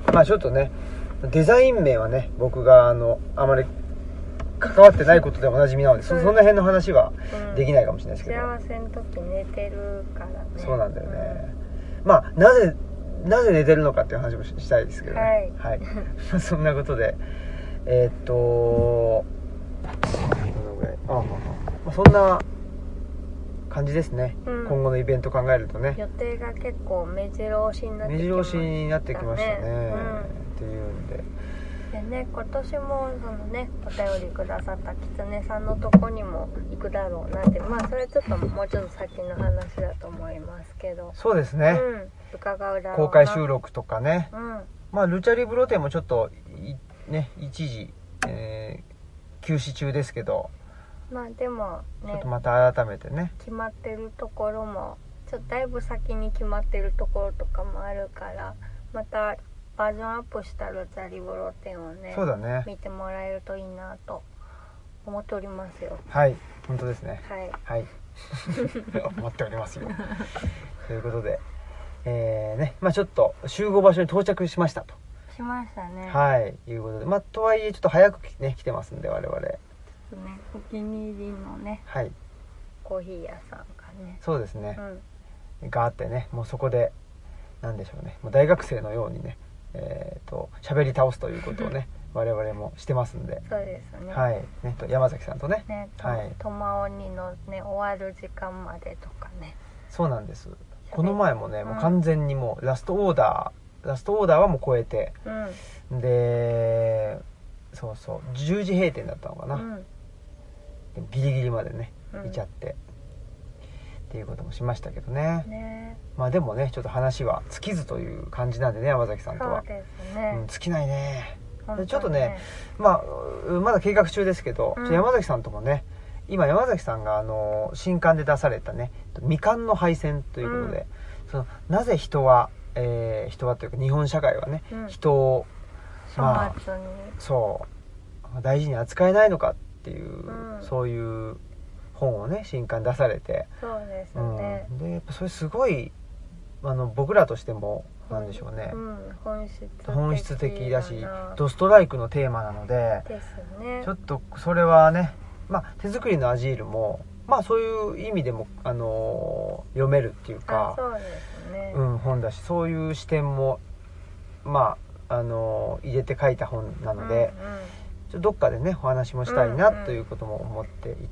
まあちょっとねデザイン面はね僕があのあまり関わってないことでおなじみなので、うん、そ, その辺の話はできないかもしれないですけど、 幸せの時寝てるからね。 そうなんだよね、うん、まあなぜなぜ寝てるのかっていう話もしたいですけどね、はい、はい、そんなことでえー、っとどのぐらいああ、まあ、そんな感じですね、うん、今後のイベント考えるとね予定が結構目白押しになってきましたね。 目白押しになってきましたね、うん、っていうんででね、今年もそのねお便りくださったキツネさんのとこにも行くだろうなって、まあそれちょっともうちょっと先の話だと思いますけど、 そうですね、 うん、伺うだろうな。 公開収録とかね、 うん、 まあルチャリブロ展もちょっとね一時、えー、休止中ですけど、 まあでもねちょっとまた改めてね決まってるところもちょっとだいぶ先に決まってるところとかもあるから、またバージョンアップしたルチャリブロ展をね、 そうだね、 見てもらえるといいなと思っておりますよ。 はい、本当ですね、 はいはい思っておりますよということで、えーね、まあちょっと集合場所に到着しましたとしましたね。 はい、いうことで、まあとはいえちょっと早くね来てますんで我々、ね、 お気に入りのね、 はい、 コーヒー屋さんがね、 そうですね、 うん、 があってね、もうそこでなんでしょうね、もう大学生のようにねえー、と喋り倒すということをね我々もしてますんで、 そうですね、 はいね、と山崎さんとねね、 はい、 トマオニのね終わる時間までとかね。 そうなんです。この前もね、うん、もう完全にもうラストオーダーラストオーダーはもう超えて、うん、でそうそうじゅうじ閉店だったのかな、うん、ギリギリまでねいちゃって、っていうこともしましたけど ね, ねまあでもねちょっと話は尽きずという感じなんでね、山崎さんとは。 そうですね、 うん、尽きないね。 ねちょっとね、まあまだ計画中ですけど、うん、山崎さんともね今山崎さんがあの新刊で出されたね未完の敗戦ということで、うん、そのなぜ人は、えー、人はというか日本社会はね、うん、人をまあそう大事に扱えないのかっていう、うん、そういう本をね新刊出されて、 そうですね、 うん、でやっぱそれすごいあの僕らとしてもなんでしょうね、 うん、本質的本質的だしドストライクのテーマなので、 ですね、 ちょっとそれはね、まあ、手作りのアジールもまあそういう意味でも、あのー、読めるっていうか、 そうですね、 うん、本だしそういう視点もまあ、あのー、入れて書いた本なので、うんうん、ちょっとどっかでねお話もしたいなということも思っていたり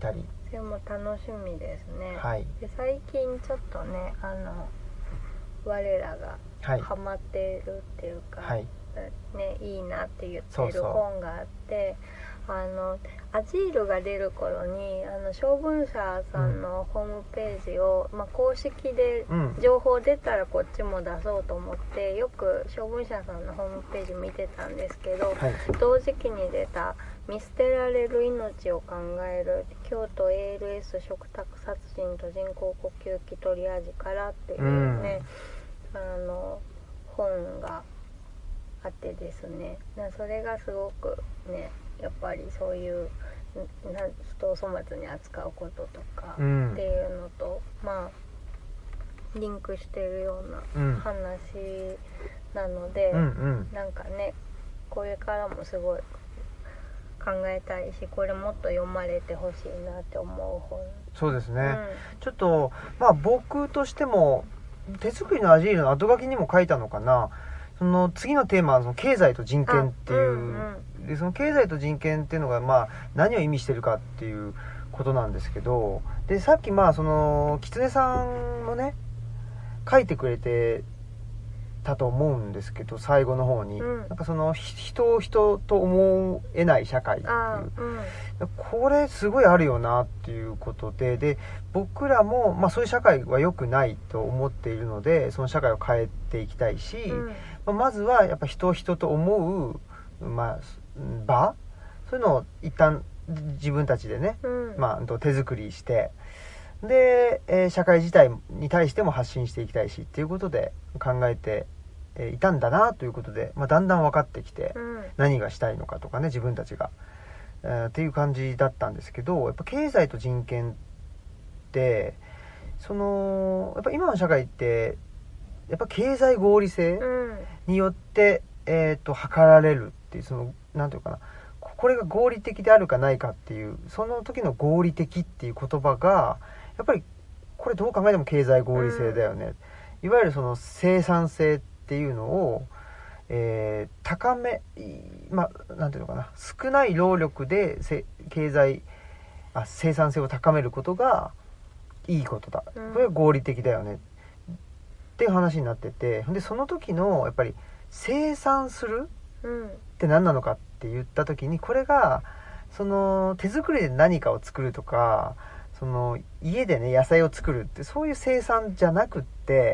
それも楽しみですね。 はい、 で最近ちょっとねあの我らがはい、 ハマっているっていうか、 はい、 ね、いいなって言ってるそうそう本があって、あのアジールが出る頃にあの小文社さんのホームページを、うんまあ、公式で情報出たらこっちも出そうと思って、うん、よく小文社さんのホームページ見てたんですけど、はい、同時期に出た見捨てられる命を考える京都 エーエルエス 食卓殺人と人工呼吸器トリアージからっていうね、うん、あの本があってですね、それがすごくねやっぱりそういう人を粗末に扱うこととかっていうのと、うん、まあリンクしてるような話なので、うんうん、なんかねこれからもすごい考えたいし、これもっと読まれてほしいなって思う本。 そうですね、うん、ちょっとまあ僕としても手作りのアジールの後書きにも書いたのかな、その次のテーマはその経済と人権っていう、うんうん、でその経済と人権っていうのがまあ何を意味してるかっていうことなんですけど、でさっきまあその狐さんもね書いてくれてたと思うんですけど、最後の方に、うん、なんかその人を人と思えない社会っていう、うん、これすごいあるよなっていうことで、で僕らも、まあ、そういう社会は良くないと思っているので、その社会を変えていきたいし、うんまあ、まずはやっぱ人を人と思う、まあ、場そういうのを一旦自分たちでね、うんまあ、手作りしてで、えー、社会自体に対しても発信していきたいしっていうことで考えていたんだなということで、まあ、だんだん分かってきて、うん、何がしたいのかとかね自分たちが、えー、っていう感じだったんですけど、やっぱ経済と人権ってそのやっぱ今の社会ってやっぱ経済合理性によって、うんえー、と測られるっていう、そのなんていうかな、これが合理的であるかないかっていうその時の合理的っていう言葉がやっぱりこれどう考えても経済合理性だよね、うん、いわゆるその生産性っていうのを、えー、高めまあなんていうのかな、少ない労力で経済あ生産性を高めることがいいことだ、これは合理的だよねっていう話になってて、でその時のやっぱり生産するって何なのかって言った時に、これがその手作りで何かを作るとか、その家でね野菜を作るってそういう生産じゃなくって、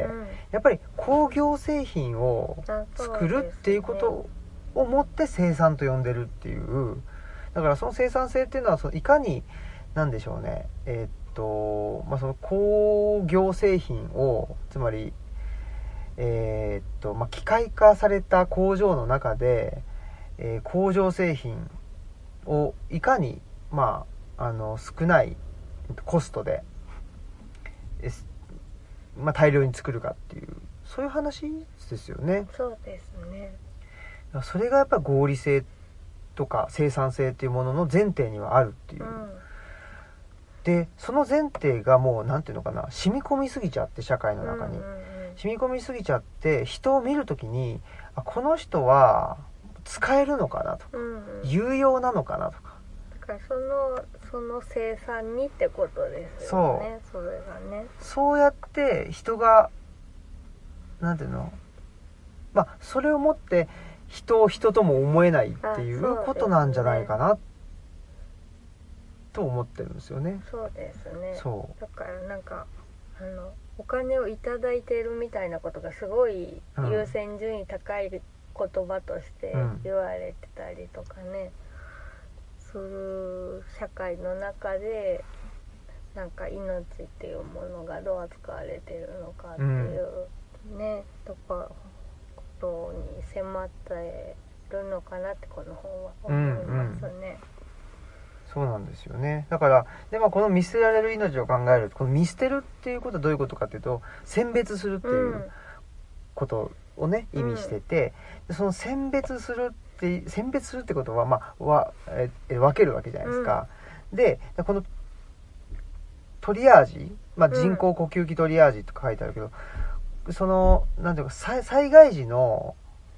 うん、やっぱり工業製品を作るっていうことをもって生産と呼んでるっていう、だからその生産性っていうのはそのいかになんでしょうね、えー、っとまあその工業製品をつまりえー、っとまあ機械化された工場の中で、えー、工場製品をいかにまああの少ないコストで、まあ、大量に作るかっていうそういう話ですよね。 そうですね。 それがやっぱり合理性とか生産性っていうものの前提にはあるっていう、うん、でその前提がもうなんていうのかな、染み込みすぎちゃって社会の中に、うんうんうん、染み込みすぎちゃって人を見るときにあこの人は使えるのかなとか、うんうん、有用なのかなとか、 だからそのその生産にってことですよね。そう、それがね。 そうやって人がなんていうの、まあそれをもって人を人とも思えないっていうことなんじゃないかなと思ってるんですよね。 そうですね。 そう。 だからなんかあのお金をいただいているみたいなことがすごい優先順位高い言葉として言われてたりとかね。うんする社会の中でなんか命っていうものがどう扱われてるのかっていうね、うん、ところに迫ってるのかなってこの本は思いますね、うんうん、 そうなんですよね。だからで、まあ、この見捨てられる命を考える、この見捨てるっていうことはどういうことかっていうと選別するっていうことをね、うん、意味してて、でその選別するで選別するってことは、まあ、わえ分けるわけじゃないですか、うん、でこのトリアージ、まあ、人工呼吸器トリアージとか書いてあるけど、うん、そのなんていうか災害時の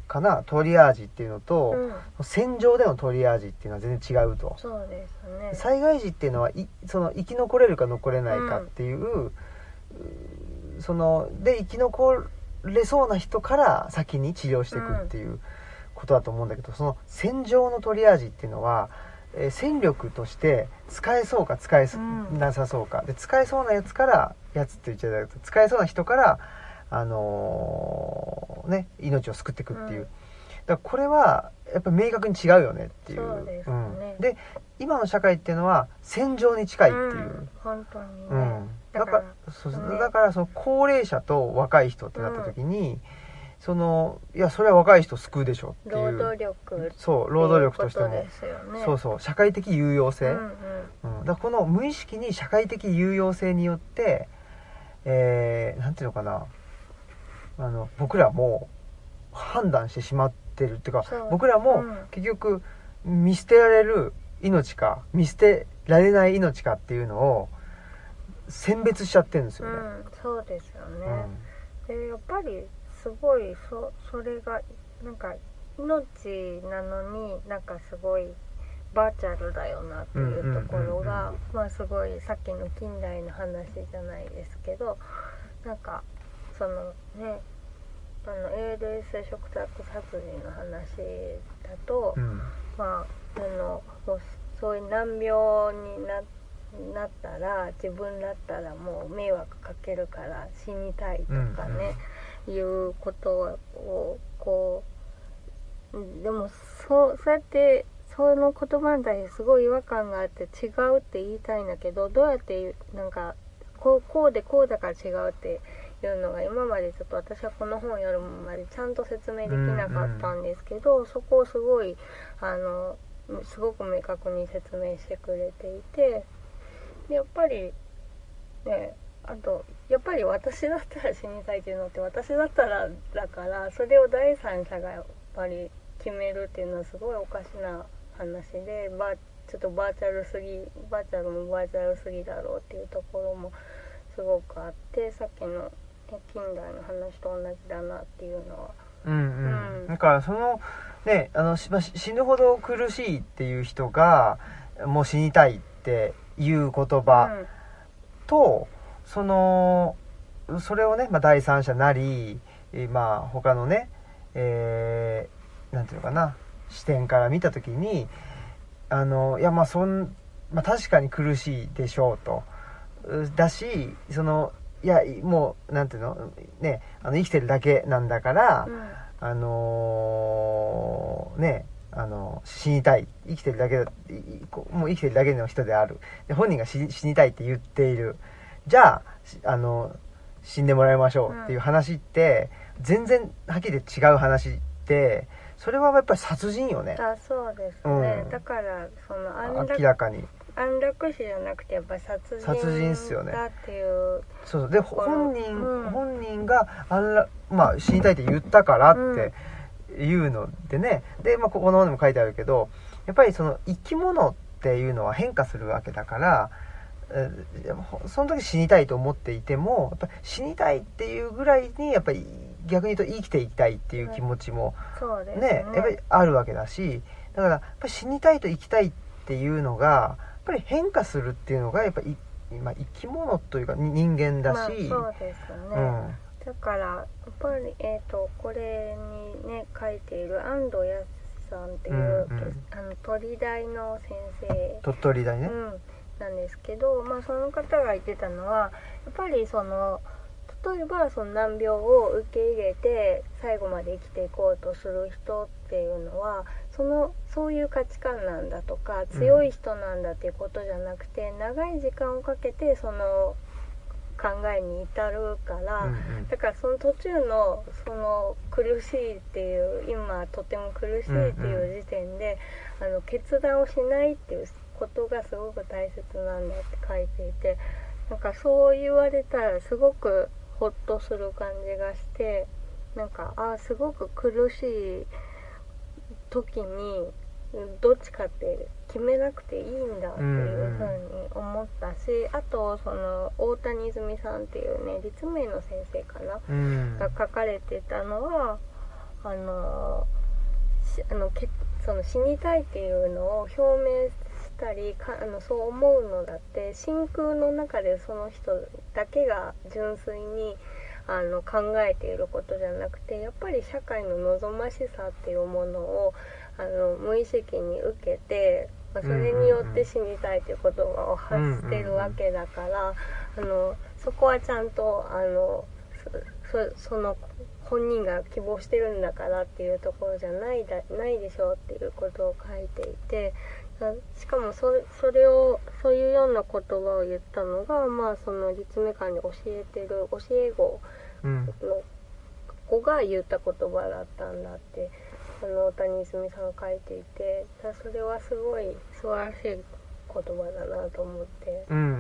かなトリアージっていうのと、 うん、 戦場でのトリアージっていうのは全然違うと。 そうですね。 災害時っていうのはいその生き残れるか残れないかっていう、うん、そので生き残れそうな人から先に治療していくっていうことだと思うんだけど、その戦場のトリアージっていうのは、えー、戦力として使えそうか使えなさそうか、で使えそうなやつからやつって言っちゃうと使えそうな人からあのー、ね命を救っていくっていう、うん、だからこれはやっぱり明確に違うよねっていう。 そうですね。うん、 で今の社会っていうのは戦場に近いっていう、うん、 本当にね、 うん、だからそうそう、ね、だからその高齢者と若い人ってなった時に、うん、そのいやそれは若い人救うでしょっていう、 労働力そう労働力としても、 ね、 そうそう社会的有用性、 うんうんうん、だからこの無意識に社会的有用性によって、えー、なんていうのかな、あの僕らも判断してしまってるっていうか、僕らも結局見捨てられる命か見捨てられない命かっていうのを選別しちゃってるんですよね、うん、 そうですよね、うん、でやっぱりすごい そ, それがなんか命なのになんかすごいバーチャルだよなっていうところが、まあすごいさっきの近代の話じゃないですけど、なんかそのねあの エーエルエス 嘱託殺人の話だと、うん、まああのもうそういう難病に な, なったら自分だったらもう迷惑かけるから死にたいとかね、うん、いうことをこうでも そ, そうやってその言葉に対してすごい違和感があって違うって言いたいんだけど、どうやってなんかこう、こうでこうだから違うっていうのが今までちょっと私はこの本を読むまでちゃんと説明できなかったんですけど、うんうん、そこをすごいあのすごく明確に説明してくれていて、でやっぱりね、あとやっぱり私だったら死にたいっていうのって私だったらだから、それを第三者がやっぱり決めるっていうのはすごいおかしな話で、バちょっとバーチャルすぎバーチャルもバーチャルすぎだろうっていうところもすごくあって、さっきの近代の話と同じだなっていうのは、 うんうんうん、だからそのねあの死ぬほど苦しいっていう人がもう死にたいっていう言葉と、うん、そのそれをね、まあ、第三者なり、まあ、他のね、えー、なんていうのかな視点から見た時にあのいやまあそん、まあ、確かに苦しいでしょうとだし、そのいやもうなんていうのねあの生きてるだけなんだから、うん、あのー、ねあの死にたい生きてるだけもう生きてるだけの人であるで本人が 死, 死にたいって言っている、じゃああの死んでもらいましょうっていう話って、うん、全然はっきり違う話ってそれはやっぱり殺人よね。 あ、そうですね、うん、だからその明らかに安楽死じゃなくてやっぱり殺人だっていう。 そうそうで本人、うん、本人が安楽、まあ、死にたいって言ったからっていうのでね、うん、で、まあ、ここの方にも書いてあるけどやっぱりその生き物っていうのは変化するわけだから、えその時死にたいと思っていてもやっぱり死にたいっていうぐらいにやっぱり逆に言うと生きていきたいっていう気持ちも、 うんねね、やっぱりあるわけだし、だからやっぱり死にたいと生きたいっていうのがやっぱり変化するっていうのがやっぱり今生き物というか人間だし、 まあ、そうですね、うん、だからやっぱり、えーと、これにね書いている安藤康さんっていう、うんうん、あの鳥大の先生鳥取大ね、 うん、なんですけど、まあ、その方が言ってたのはやっぱりその例えばその難病を受け入れて最後まで生きていこうとする人っていうのはそのそういう価値観なんだとか強い人なんだっていうことじゃなくて、うん、長い時間をかけてその考えに至るから、うんうん、だからその途中のその苦しいっていう今とても苦しいっていう時点で、うんうん、あの決断をしないっていうことがすごく大切なんだって書いていて、なんかそう言われたらすごくホッとする感じがして、なんかあすごく苦しい時にどっちかって決めなくていいんだっていうふうに思ったし、うんうん、あとその大谷泉さんっていうね立命の先生かな、うん、が書かれてたのはあのあのけその死にたいっていうのを表明したりかあのそう思うのだって真空の中でその人だけが純粋にあの考えていることじゃなくて、やっぱり社会の望ましさっていうものをあの無意識に受けて、まあ、それによって死にたいという言葉を発してるわけだから、あのそこはちゃんとあの そ, その本人が希望してるんだからっていうところじゃないだないでしょうっていうことを書いていて、しかも そ, それをそういうような言葉を言ったのが、まあ、その立命館で教えてる教え子の子が言った言葉だったんだってあの大谷泉さん書いていて、それはすごい素晴らしい言葉だなと思って、 うんうん、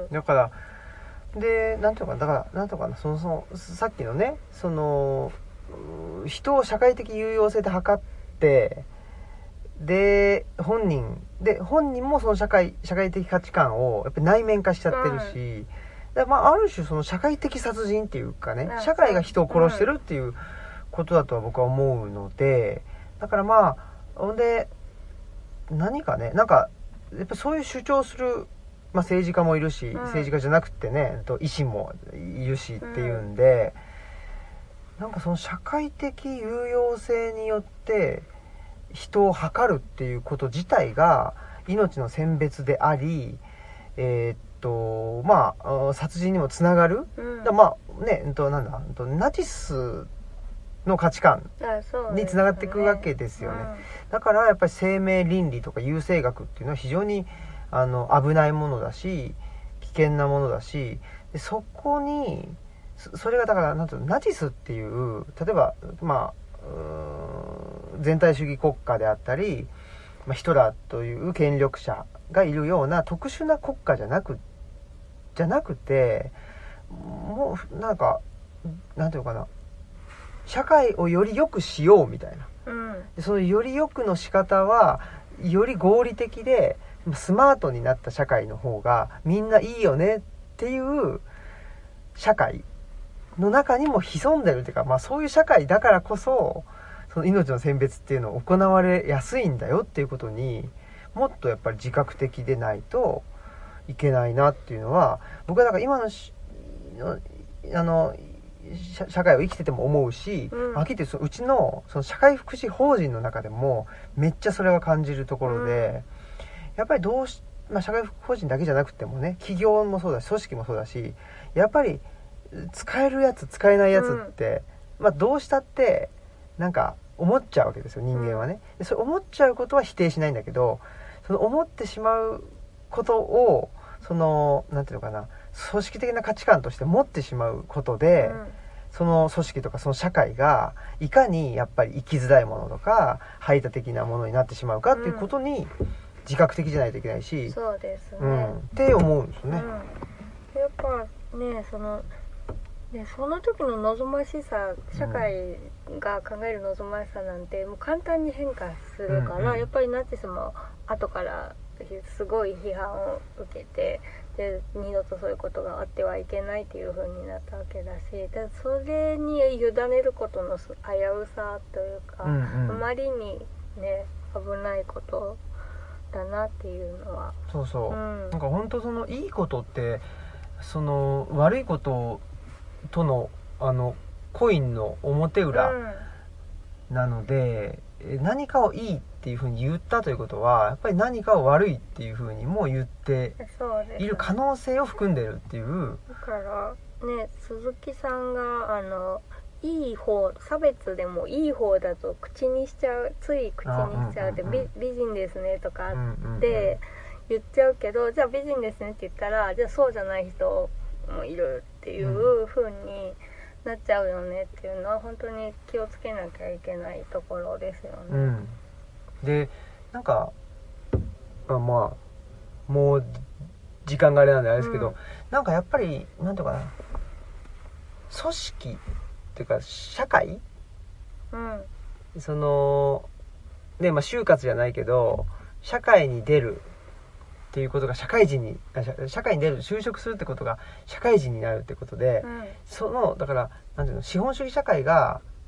うん、だからでなんていうかだからなんとかなそのそのさっきのねその人を社会的有用性で測ってで本人で本人もその社会社会的価値観をやっぱり内面化しちゃってるし、うん、だまあある種その社会的殺人っていうかね、社会が人を殺してるっていうことだとは僕は思うので、だからまあほんで何かねなんかやっぱそういう主張する、まあ、政治家もいるし、うん、政治家じゃなくてね医師もいるしっていうんで、うん、なんかその社会的有用性によって人を測るっていうこと自体が命の選別であり、えー、っとまあ殺人にもつながる、うん、だまあねえっとなんだえっとナチスの価値観につながっていくわけですよね。だからやっぱり生命倫理とか優生学っていうのは非常にあの危ないものだし危険なものだし、でそこにそれがだからなんていうのナチスっていう例えばまあ全体主義国家であったり、まあ、ヒトラーという権力者がいるような特殊な国家じゃなくじゃなくてもうなんかなんていうのかな社会をより良くしようみたいな、うん、でそのより良くの仕方はより合理的でスマートになった社会の方がみんないいよねっていう社会の中にも潜んでるっていうか、まあ、そういう社会だからこそその命の選別っていうのを行われやすいんだよっていうことにもっとやっぱり自覚的でないといけないなっていうのは僕はだから今のしあの社会を生きてても思うし、うん、はっきり言ってうちのその社会福祉法人の中でもめっちゃそれは感じるところで、うん、やっぱりどうし、まあ、社会福祉法人だけじゃなくてもね企業もそうだし組織もそうだしやっぱり使えるやつ使えないやつって、うんまあ、どうしたってなんか思っちゃうわけですよ人間はね。でそれ思っちゃうことは否定しないんだけどその思ってしまうことをそのなんていうのかな組織的な価値観として持ってしまうことで、うん、その組織とかその社会がいかにやっぱり生きづらいものとか排他的なものになってしまうかっていうことに自覚的じゃないといけないし、 うん、そうですね、 うん、って思うんですよね、 うん、やっぱねそのでその時の望ましさ社会が考える望ましさなんてもう簡単に変化するから、うんうん、やっぱりナチスも後からすごい批判を受けてで二度とそういうことがあってはいけないっていう風になったわけだしでそれに委ねることの危うさというか、うんうん、あまりにね危ないことだなっていうのはそうそう、うん、なんか本当そのいいことってその悪いこととのあのコインの表裏なので、うん、何かをいいっていう風に言ったということはやっぱり何かを悪いっていう風にも言っている可能性を含んでるっていう。 だからね鈴木さんがあのいい方差別でもいい方だと口にしちゃうつい口にしちゃうって、うんうんうん、美, 美人ですねとかって言っちゃうけど、うんうんうん、じゃあ美人ですねって言ったらじゃあそうじゃない人もいるっていう風になっちゃうよねっていうのは本当に気をつけなきゃいけないところですよね、 うん、でなんかまあまあもう時間があれなんであれですけど、うん、なんかやっぱりなんていうかな組織っていうか社会、うん、そのねまあ就活じゃないけど社会に出るっていうことが社会人に社会に出る就職するってことが社会人になるってことで、うん、そのだからなんていうの資本主義社会が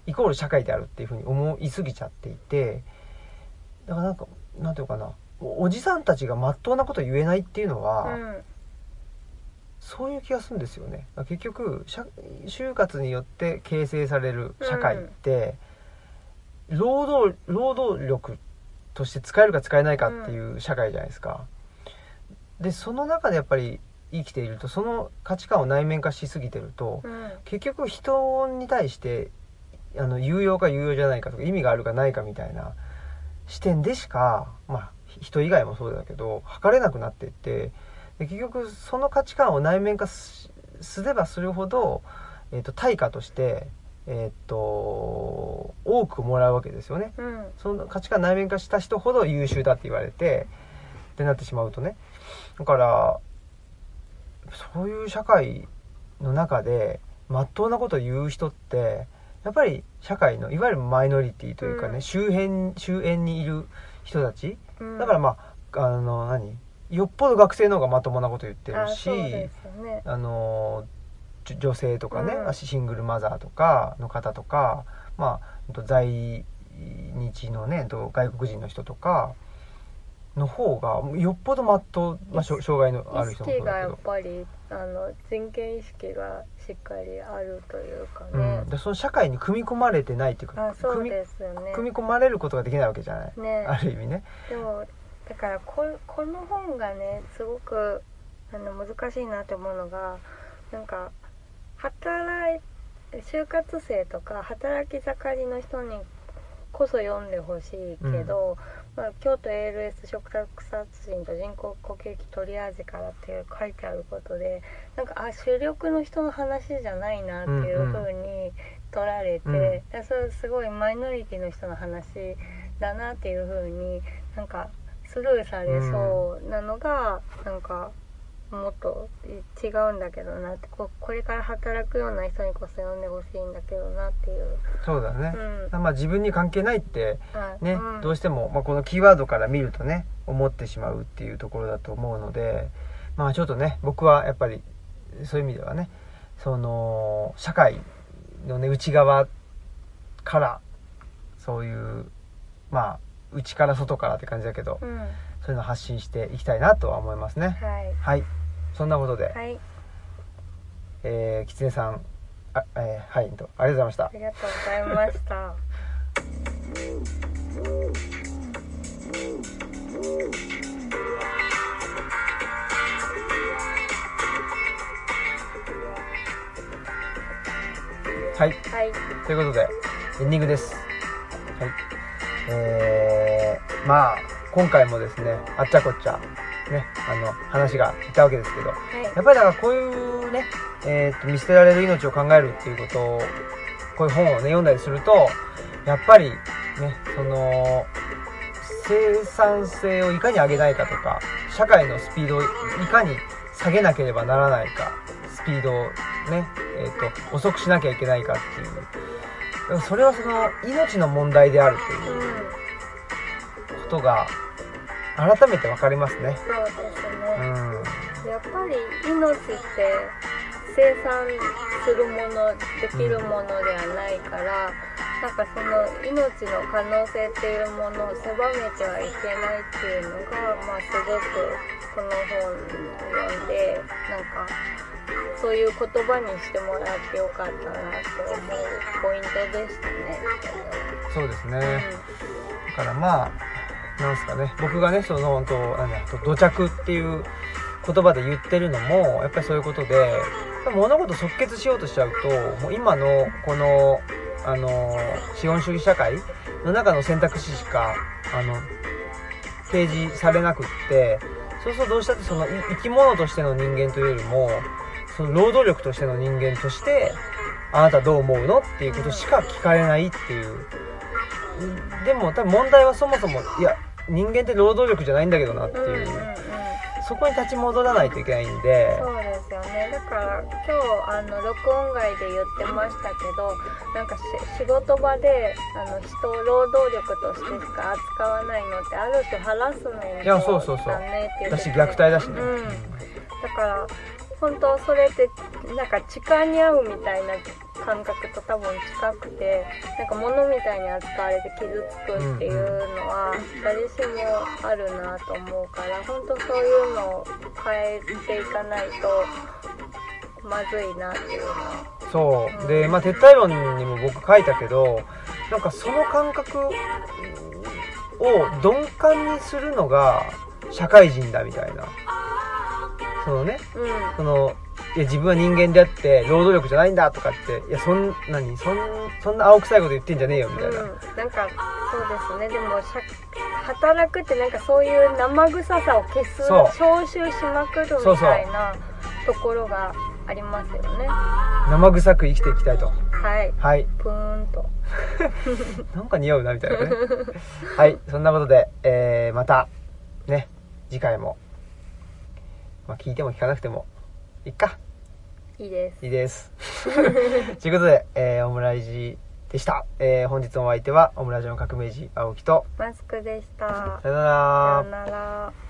イコール社会であるっていうふうに思いすぎちゃっていて、だからなんかなんていうかな、おじさんたちがまっとうなこと言えないっていうのは、うん、そういう気がするんですよね。結局就活によって形成される社会って、うん、労働労働力として使えるか使えないかっていう社会じゃないですか。でその中でやっぱり生きていると、その価値観を内面化しすぎてると、うん、結局人に対してあの有用か有用じゃないかとか意味があるかないかみたいな視点でしか、まあ人以外もそうだけど測れなくなっていって、で結局その価値観を内面化 す, すればするほど、えー、と対価として、えー、と多くもらうわけですよね、うん、その価値観内面化した人ほど優秀だって言われてってなってしまうとね、だからそういう社会の中でまっとうなことを言う人ってやっぱり社会のいわゆるマイノリティというかね、うん、周辺周辺にいる人たち、うん、だからまああの何よっぽど学生の方がまともなこと言ってるし、あ、ね、あの女性とかね、うん、シングルマザーとかの方とか、まあ在日のね外国人の人とかの方がよっぽどまっとう、まあ、障害のある人もそうだけど、意識がやっぱりあの人権意識がしっかりあるというかね、 うん、でその社会に組み込まれてないっていうか、 あ、そうですよね、 組み込まれることができないわけじゃない、ね、ある意味ね。 でもだからこ、この本がねすごくあの難しいなって思うのが、なんか働い就活生とか働き盛りの人にこそ読んでほしいけど、うん、まあ、京都 エーエルエス 嘱託殺人と人工呼吸器トリアージからっていう書いてあることで、なんかあ主力の人の話じゃないなっていう風に取られて、うんうん、それすごいマイノリティの人の話だなっていう風になんかスルーされそうなのが、うん、なんかもっと違うんだけどなって、 こ, これから働くような人にこそ読んでほしいんだけどなっていう。 そうだね、うん、まあ自分に関係ないってね、 うん、 どうしても、まあ、このキーワードから見るとね思ってしまうっていうところだと思うので、まあちょっとね僕はやっぱりそういう意味ではね、その社会のね内側からそういうまあ内から外からって感じだけど、うん、そういうのを発信していきたいなとは思いますね。 はい、 はい、そんなことで、 はい、 えー、きつねさん、あ、えー、はいとありがとうございました。ありがとうございました。 はい、 はい、 ということでエンディングです。はい、えー、まあ今回もですねあっちゃこっちゃねあの話がいったわけですけど、はい、やっぱりだからこういうね、えー、と見捨てられる命を考えるっていうことをこういう本をね読んだりするとやっぱりねその生産性をいかに上げないかとか社会のスピードをいかに下げなければならないか、スピードをね、えー、と遅くしなきゃいけないかっていう、それはその命の問題であるということが改めて分かりますね。 そうですね、うん、やっぱり命って生産するものできるものではないから、うん、なんかその命の可能性っていうものを狭めてはいけないっていうのが、まあ、すごくこの本を読んでなんかそういう言葉にしてもらってよかったなって思うポイントでしたね。 そうですね、うん、だからまあなんすかね、僕がねその本当なんだ土着っていう言葉で言ってるのもやっぱりそういうことで、物事即決しようとしちゃうともう今のこのあの資本主義社会の中の選択肢しかあの提示されなくって、そうするとどうしたってその生き物としての人間というよりもその労働力としての人間としてあなたどう思うのっていうことしか聞かれないっていう。でも多分問題はそもそもいや人間って労働力じゃないんだけどなっていう、うんうんうん、そこに立ち戻らないといけないんで。 そうですよね。だから今日あの録音外で言ってましたけど、なんか仕事場であの人を労働力としてしか扱わないのってある種ハラスメントだねって言って、 いやそうそうそうだし虐待だしね、 うん、だから本当それってなんか痴漢に遭うみたいな感覚と多分近くて、なんか物みたいに扱われて傷つくっていうのは誰しもあるなと思うから、本当そういうのを変えていかないとまずいなっていうのは。 そう、 うん、 でまあ撤退論にも僕書いたけど、なんかその感覚を鈍感にするのが社会人だみたいな、そのね、 うん、 そのいや自分は人間であって労働力じゃないんだとかって、いやそんなにそんそんな青臭いこと言ってんじゃねえよみたいな、 うん、なんかそうですね。でも働くってなんかそういう生臭さを消す、消臭しまくるみたいなところがありますよね。 生臭く生きていきたいと。 はいはいプーンとなんか似合うなみたいなねはい、そんなことで、えー、またね次回も、まあ、聞いても聞かなくてもいいか、 いいですいいですということで、えー、オムライジでした、えー、本日のお相手はオムライジの革命児青木とマスクでした。 さよなら。 さよなら。